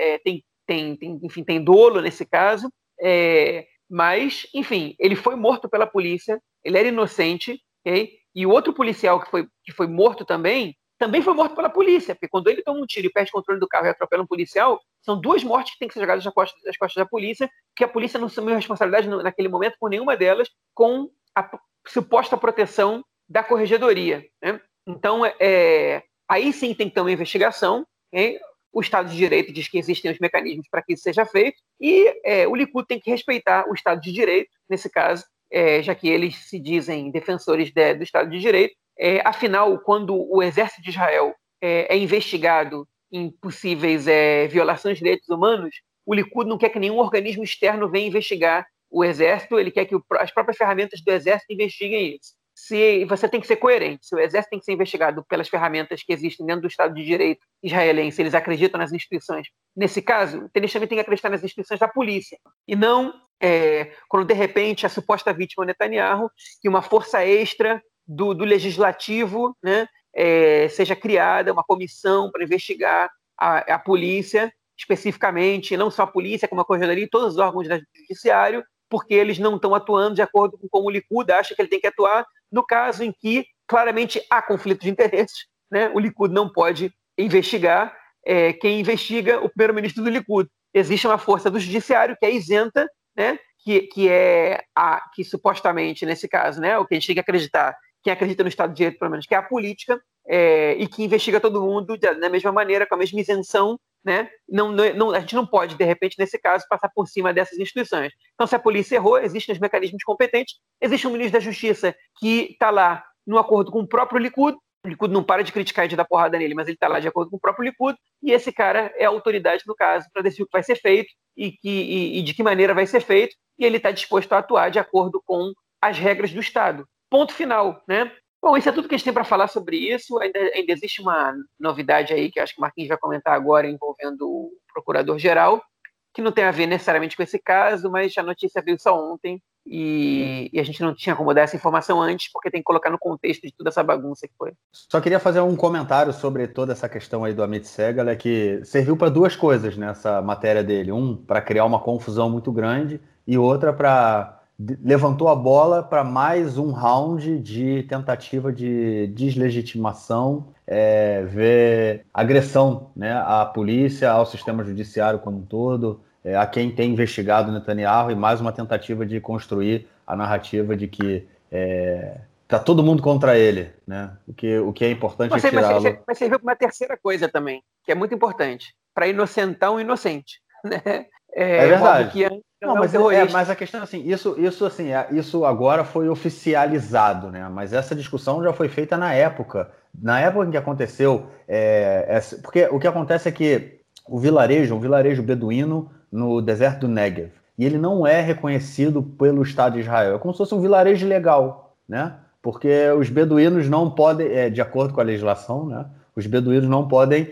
tem dolo nesse caso. Mas, enfim, ele foi morto pela polícia, ele era inocente, okay? E o outro policial que foi morto também foi morto pela polícia, porque quando ele toma um tiro e perde o controle do carro e atropela um policial, são duas mortes que têm que ser jogadas nas costas da polícia, porque a polícia não assumiu responsabilidade naquele momento por nenhuma delas, com a suposta proteção da corregedoria, né? Então, aí sim tem que ter uma investigação, okay? O Estado de Direito diz que existem os mecanismos para que isso seja feito, e o Likud tem que respeitar o Estado de Direito, nesse caso, já que eles se dizem defensores do Estado de Direito. Afinal, quando o Exército de Israel é investigado em possíveis violações de direitos humanos, o Likud não quer que nenhum organismo externo venha investigar o Exército, ele quer que as próprias ferramentas do Exército investiguem isso. Você tem que ser coerente. Se o Exército tem que ser investigado pelas ferramentas que existem dentro do Estado de Direito israelense, eles acreditam nas instituições. Nesse caso, eles também têm que acreditar nas instituições da polícia. E não quando, de repente, a suposta vítima é o Netanyahu, que uma força extra do legislativo, né, seja criada uma comissão para investigar a polícia, especificamente, não só a polícia, como a corregedoria e todos os órgãos do judiciário, porque eles não estão atuando de acordo com como o Likud acha que ele tem que atuar, no caso em que claramente há conflito de interesses, né? O Likud não pode investigar quem investiga o primeiro-ministro do Likud. Existe uma força do judiciário que é isenta, né? Que supostamente, nesse caso, né, o que a gente tem que acreditar, quem acredita no Estado de Direito, pelo menos, que é a política, e que investiga todo mundo da mesma maneira, com a mesma isenção, né? A gente não pode, de repente, nesse caso, passar por cima dessas instituições. Então, se a polícia errou, existem os mecanismos competentes, existe um ministro da Justiça que está lá no acordo com o próprio Likud. O Likud não para de criticar e de dar porrada nele, mas ele está lá de acordo com o próprio Likud, e esse cara é a autoridade no caso para decidir o que vai ser feito e de que maneira vai ser feito, e ele está disposto a atuar de acordo com as regras do Estado. Ponto final, né? Bom, isso é tudo que a gente tem para falar sobre isso. Ainda existe uma novidade aí que acho que o Marquinhos vai comentar agora, envolvendo o procurador-geral, que não tem a ver necessariamente com esse caso, mas a notícia veio só ontem e a gente não tinha como dar essa informação antes, porque tem que colocar no contexto de toda essa bagunça que foi. Só queria fazer um comentário sobre toda essa questão aí do Amit Segal, que serviu para duas coisas nessa matéria dele. Um, para criar uma confusão muito grande, e outra para levantou a bola para mais um round de tentativa de deslegitimação, ver agressão, né, à polícia, ao sistema judiciário como um todo, a quem tem investigado Netanyahu, e mais uma tentativa de construir a narrativa de que tá todo mundo contra ele, né? O que é importante é tirá-lo. Mas serviu para uma terceira coisa também, que é muito importante, para inocentar um inocente, né? É verdade. Modo que não, mas a questão é assim, isso agora foi oficializado, né? Mas essa discussão já foi feita na época em que aconteceu, porque o que acontece é que um vilarejo beduíno no deserto do Negev, e ele não é reconhecido pelo Estado de Israel, é como se fosse um vilarejo legal, né? Porque os beduínos não podem, de acordo com a legislação, né? Os beduínos não podem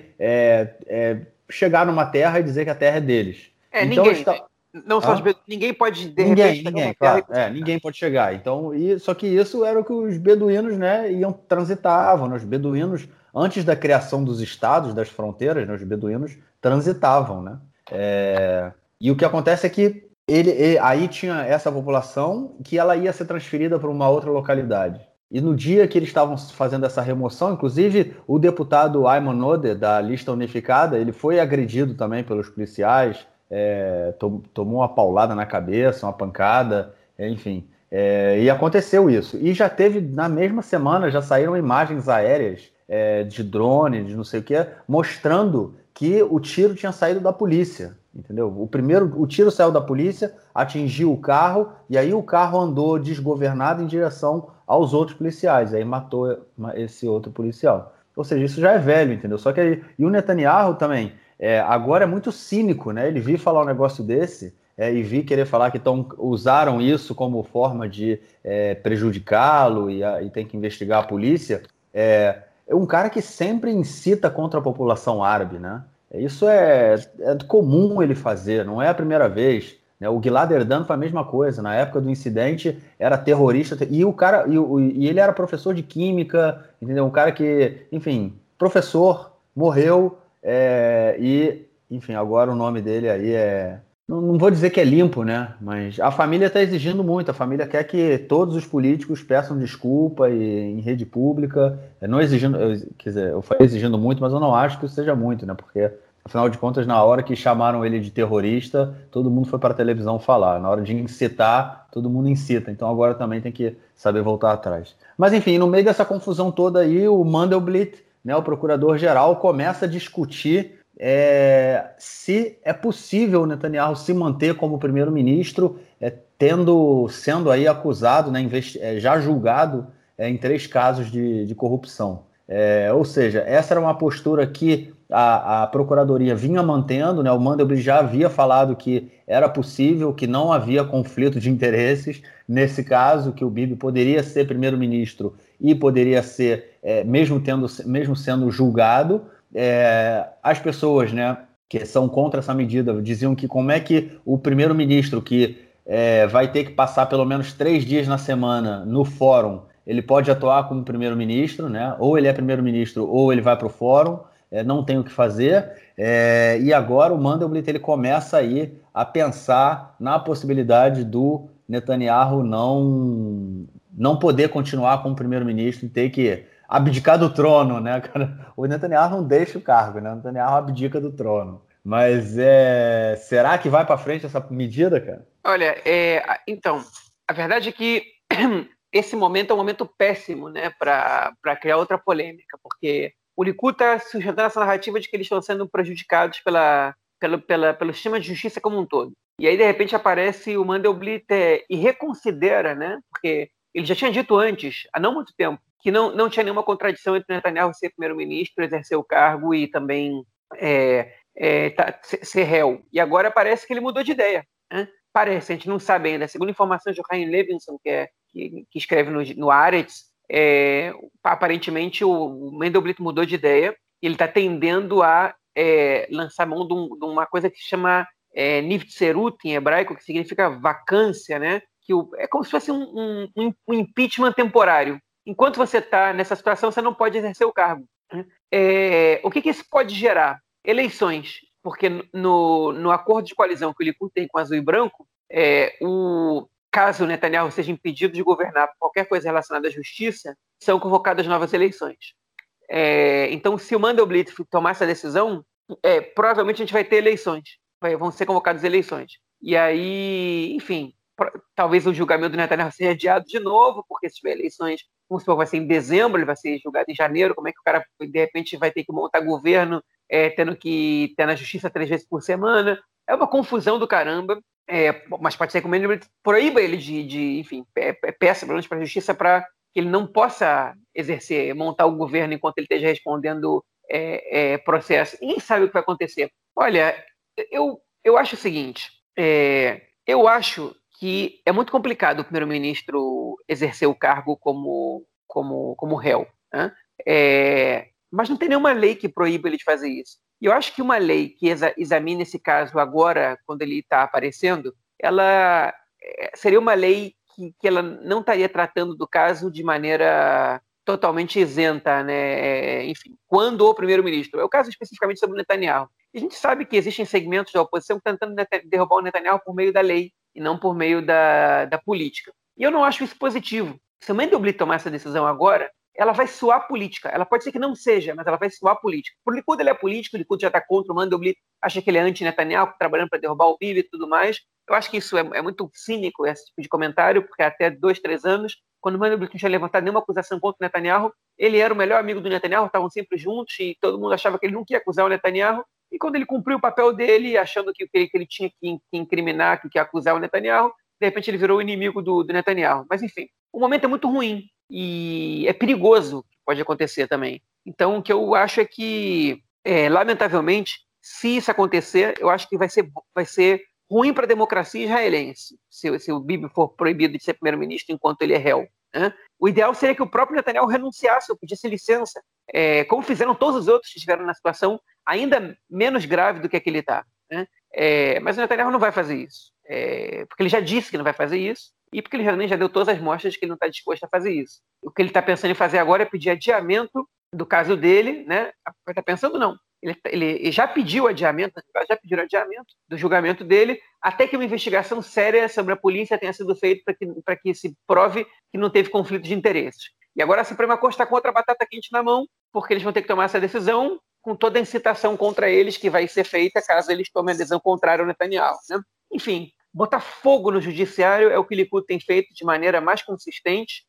chegar numa terra e dizer que a terra é deles. Então, ninguém pode ninguém, claro, ninguém pode chegar. Então, só que isso era o que os beduínos, né, transitavam, né? Os beduínos, antes da criação dos estados, das fronteiras, né, os beduínos transitavam, né? E o que acontece é que aí tinha essa população que ela ia ser transferida para uma outra localidade. E no dia que eles estavam fazendo essa remoção, inclusive o deputado Ayman Odeh, da Lista Unificada, ele foi agredido também pelos policiais, tomou uma paulada na cabeça, uma pancada, enfim. E aconteceu isso. E já teve, na mesma semana, já saíram imagens aéreas de drone, de não sei o que, mostrando que o tiro tinha saído da polícia, entendeu? O tiro saiu da polícia, atingiu o carro, e aí o carro andou desgovernado em direção aos outros policiais, aí matou esse outro policial. Ou seja, isso já é velho, entendeu? Só que e o Netanyahu também, agora é muito cínico, né? Ele vi falar um negócio desse, e vi querer falar que usaram isso como forma de prejudicá-lo e tem que investigar a polícia. É um cara que sempre incita contra a população árabe, né? Isso é comum ele fazer, não é a primeira vez, né? O Gilad Erdan foi a mesma coisa, na época do incidente era terrorista, e o cara e ele era professor de química, entendeu? Um cara que, enfim, professor, morreu, e, enfim, agora o nome dele aí não vou dizer que é limpo, né? Mas a família está exigindo muito. A família quer que todos os políticos peçam desculpa em rede pública. Não exigindo, quer dizer, eu falei exigindo muito, mas eu não acho que isso seja muito, né? Porque, afinal de contas, na hora que chamaram ele de terrorista, todo mundo foi para a televisão falar. Na hora de incitar, todo mundo incita. Então agora também tem que saber voltar atrás. Mas, enfim, no meio dessa confusão toda aí, o Mandelblit, né, o procurador-geral, começa a discutir se é possível o Netanyahu se manter como primeiro-ministro, sendo aí acusado, né, já julgado em 3 casos de corrupção. Ou seja, essa era uma postura que a Procuradoria vinha mantendo, né? O Mandelblit já havia falado que era possível, que não havia conflito de interesses nesse caso, que o Bibi poderia ser primeiro-ministro e poderia ser, mesmo sendo julgado. As pessoas, né, que são contra essa medida diziam que como é que o primeiro-ministro, que vai ter que passar pelo menos 3 dias na semana no fórum, ele pode atuar como primeiro-ministro, né? Ou ele é primeiro-ministro ou ele vai para o fórum, não tem o que fazer. E agora o Mandelblit ele começa aí a pensar na possibilidade do Netanyahu não poder continuar como primeiro-ministro e ter que abdicar do trono, né, cara? O Netanyahu não deixa o cargo, né? O Netanyahu abdica do trono. Mas será que vai para frente essa medida, cara? Olha, então, a verdade é que esse momento é um momento péssimo, né, para criar outra polêmica, porque o Likud está sustentando essa narrativa de que eles estão sendo prejudicados pelo sistema de justiça como um todo. E aí, de repente, aparece o Mandelblit e reconsidera, né, porque ele já tinha dito antes, há não muito tempo, que não tinha nenhuma contradição entre Netanyahu ser primeiro-ministro, exercer o cargo e também ser réu. E agora parece que ele mudou de ideia, né? Parece, a gente não sabe ainda. Segundo informações de Chaim Levinson, que escreve no Haaretz, aparentemente o Mandelblit mudou de ideia. Ele está tendendo a lançar mão de uma coisa que se chama Nivtserut, em hebraico, que significa vacância, né? É como se fosse um impeachment temporário. Enquanto você está nessa situação, você não pode exercer o cargo. O que isso pode gerar? Eleições. Porque no acordo de coalizão que o Likud tem com Azul e Branco, caso o Netanyahu seja impedido de governar por qualquer coisa relacionada à justiça, são convocadas novas eleições. Então, se o Mandelblit tomar essa decisão, provavelmente a gente vai ter eleições, vão ser convocadas eleições. E aí, enfim, talvez o julgamento do Netanyahu seja adiado de novo, porque se tiver eleições, vamos supor, vai ser em dezembro, ele vai ser julgado em janeiro, como é que o cara, de repente, vai ter que montar governo, tendo que ter na justiça 3 vezes por semana? É uma confusão do caramba, mas pode ser que o Mandelblit proíba ele enfim, peça, pelo menos para a justiça, para que ele não possa exercer, montar o governo enquanto ele esteja respondendo processo. Ninguém sabe o que vai acontecer. Olha, eu acho o seguinte, eu acho que é muito complicado o primeiro-ministro exercer o cargo como réu, né? Mas não tem nenhuma lei que proíba ele de fazer isso. E eu acho que uma lei que examine esse caso agora, quando ele está aparecendo, ela seria uma lei que ela não estaria tratando do caso de maneira totalmente isenta, né? Enfim, quando o primeiro-ministro. É o caso especificamente sobre o Netanyahu. E a gente sabe que existem segmentos da oposição que estão tentando derrubar o Netanyahu por meio da lei e não por meio da política. E eu não acho isso positivo. Se o Mandelblit tomar essa decisão agora, ela vai soar política. Ela pode ser que não seja, mas ela vai soar política. Por Likud ele é político, o Likud já está contra o Mandelblit, acha que ele é anti-Netanyahu, trabalhando para derrubar o Bibi e tudo mais. Eu acho que isso é muito cínico, esse tipo de comentário, porque até 2, 3 anos, quando o Mandelblit não tinha levantado nenhuma acusação contra o Netanyahu, ele era o melhor amigo do Netanyahu, estavam sempre juntos e todo mundo achava que ele nunca ia acusar o Netanyahu. E quando ele cumpriu o papel dele, achando que ele tinha que incriminar, que acusar o Netanyahu, de repente ele virou o inimigo do Netanyahu. Mas enfim, o momento é muito ruim e é perigoso, pode acontecer também. Então o que eu acho é que, lamentavelmente, se isso acontecer, eu acho que vai ser ruim para a democracia israelense, se o Bibi for proibido de ser primeiro-ministro enquanto ele é réu, né? O ideal seria que o próprio Netanyahu renunciasse ou pedisse licença, como fizeram todos os outros que estiveram na situação ainda menos grave do que ele está, né? Mas o Netanyahu não vai fazer isso, porque ele já disse que não vai fazer isso e porque ele também já deu todas as mostras de que ele não está disposto a fazer isso. O que ele está pensando em fazer agora é pedir adiamento do caso dele, né? Está pensando não. Ele já pediu adiamento, já pediram adiamento do julgamento dele, até que uma investigação séria sobre a polícia tenha sido feita para que se prove que não teve conflito de interesses. E agora a Suprema Corte está com outra batata quente na mão, porque eles vão ter que tomar essa decisão com toda a incitação contra eles que vai ser feita caso eles tomem a decisão contrária ao Netanyahu, né? Enfim, botar fogo no judiciário é o que o Likud tem feito de maneira mais consistente,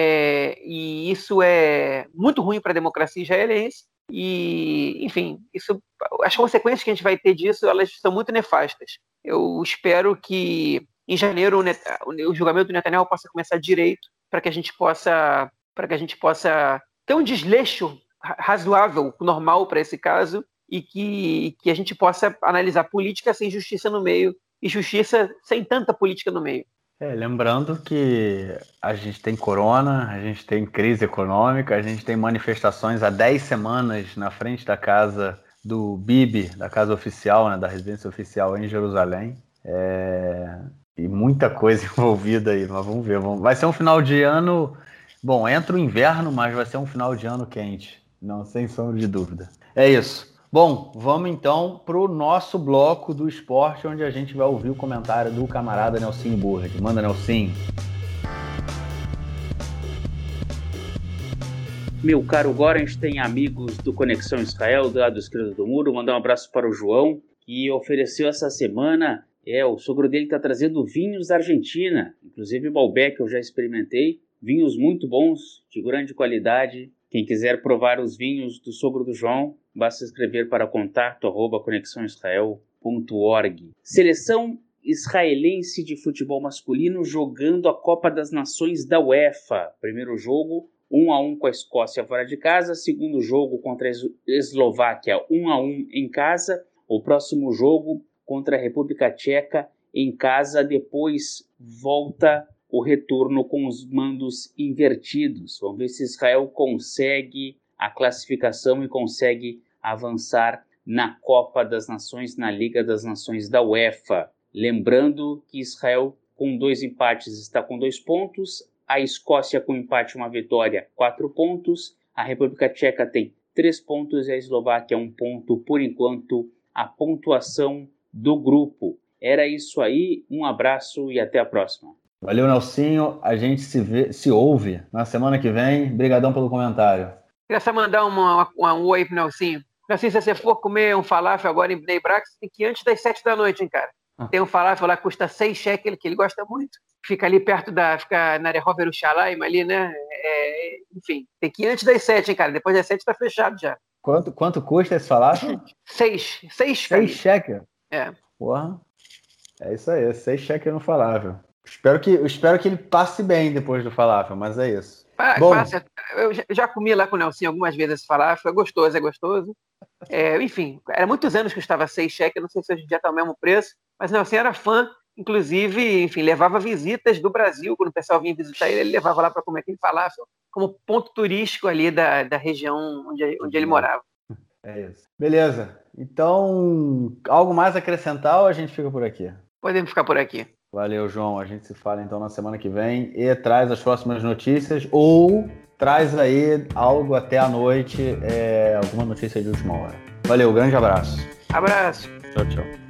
e isso é muito ruim para a democracia israelense. E, enfim, as consequências que a gente vai ter disso, elas são muito nefastas. Eu espero que em janeiro o julgamento do Netanyahu possa começar direito para que a gente possa ter um desleixo razoável, normal para esse caso, e que a gente possa analisar política sem justiça no meio e justiça sem tanta política no meio. Lembrando que a gente tem corona, a gente tem crise econômica, a gente tem manifestações há 10 semanas na frente da casa do Bibi, da casa oficial, né, da residência oficial em Jerusalém. E muita coisa envolvida aí, mas vamos ver. Vai ser um final de ano... Bom, entra o inverno, mas vai ser um final de ano quente. Não, sem sombra de dúvida. É isso. Bom, vamos então para o nosso bloco do esporte, onde a gente vai ouvir o comentário do camarada Nelsinho Burri. Manda, Nelsinho. Meu caro Goran, tem amigos do Conexão Israel, do lado esquerdo do muro. Mandar um abraço para o João, que ofereceu essa semana. O sogro dele está trazendo vinhos da Argentina, inclusive Malbec, eu já experimentei. Vinhos muito bons, de grande qualidade. Quem quiser provar os vinhos do sogro do João, basta escrever para contato@conexãoisrael.org. Seleção israelense de futebol masculino jogando a Copa das Nações da UEFA. Primeiro jogo, 1-1 com a Escócia fora de casa. Segundo jogo contra a Eslováquia, 1-1 em casa. O próximo jogo contra a República Tcheca em casa. Depois volta o retorno com os mandos invertidos. Vamos ver se Israel consegue a classificação e consegue avançar na Copa das Nações, na Liga das Nações da UEFA. Lembrando que Israel, com 2 empates, está com 2 pontos. A Escócia, com empate, 1 vitória, 4 pontos. A República Tcheca tem 3 pontos e a Eslováquia 1 ponto. Por enquanto, a pontuação do grupo. Era isso aí. Um abraço e até a próxima. Valeu, Nelsinho. A gente se ouve na semana que vem. Obrigadão pelo comentário. Queria só mandar um oi pro Nelsinho. Nelsinho, se você for comer um falafel agora em Bnei Brak, você tem que ir antes das 7 da noite, hein, cara? Tem um falafel lá que custa 6 shekel, que ele gosta muito. Fica ali perto fica na Rehov Yerushalayim ali, né? Enfim, tem que ir antes das 7, hein, cara? Depois das 7 tá fechado já. Quanto custa esse falafel? 6 shekel? Porra. É isso aí, 6 shekel no falafel. Espero que ele passe bem depois do falafel, mas é isso. Passa. Eu já comi lá com o Nelsinho algumas vezes esse falafel, é gostoso. Enfim, era muitos anos que custava 6 shekel, não sei se hoje em dia tá o mesmo preço, mas o Nelsinho era fã, inclusive, enfim, levava visitas do Brasil, quando o pessoal vinha visitar ele levava lá para comer aquele falafel, como ponto turístico ali da região onde ele morava. É isso. Beleza. Então, algo mais a acrescentar ou a gente fica por aqui? Podemos ficar por aqui. Valeu, João. A gente se fala então na semana que vem e traz as próximas notícias ou traz aí algo até a noite, alguma notícia de última hora. Valeu, grande abraço. Abraço. Tchau, tchau.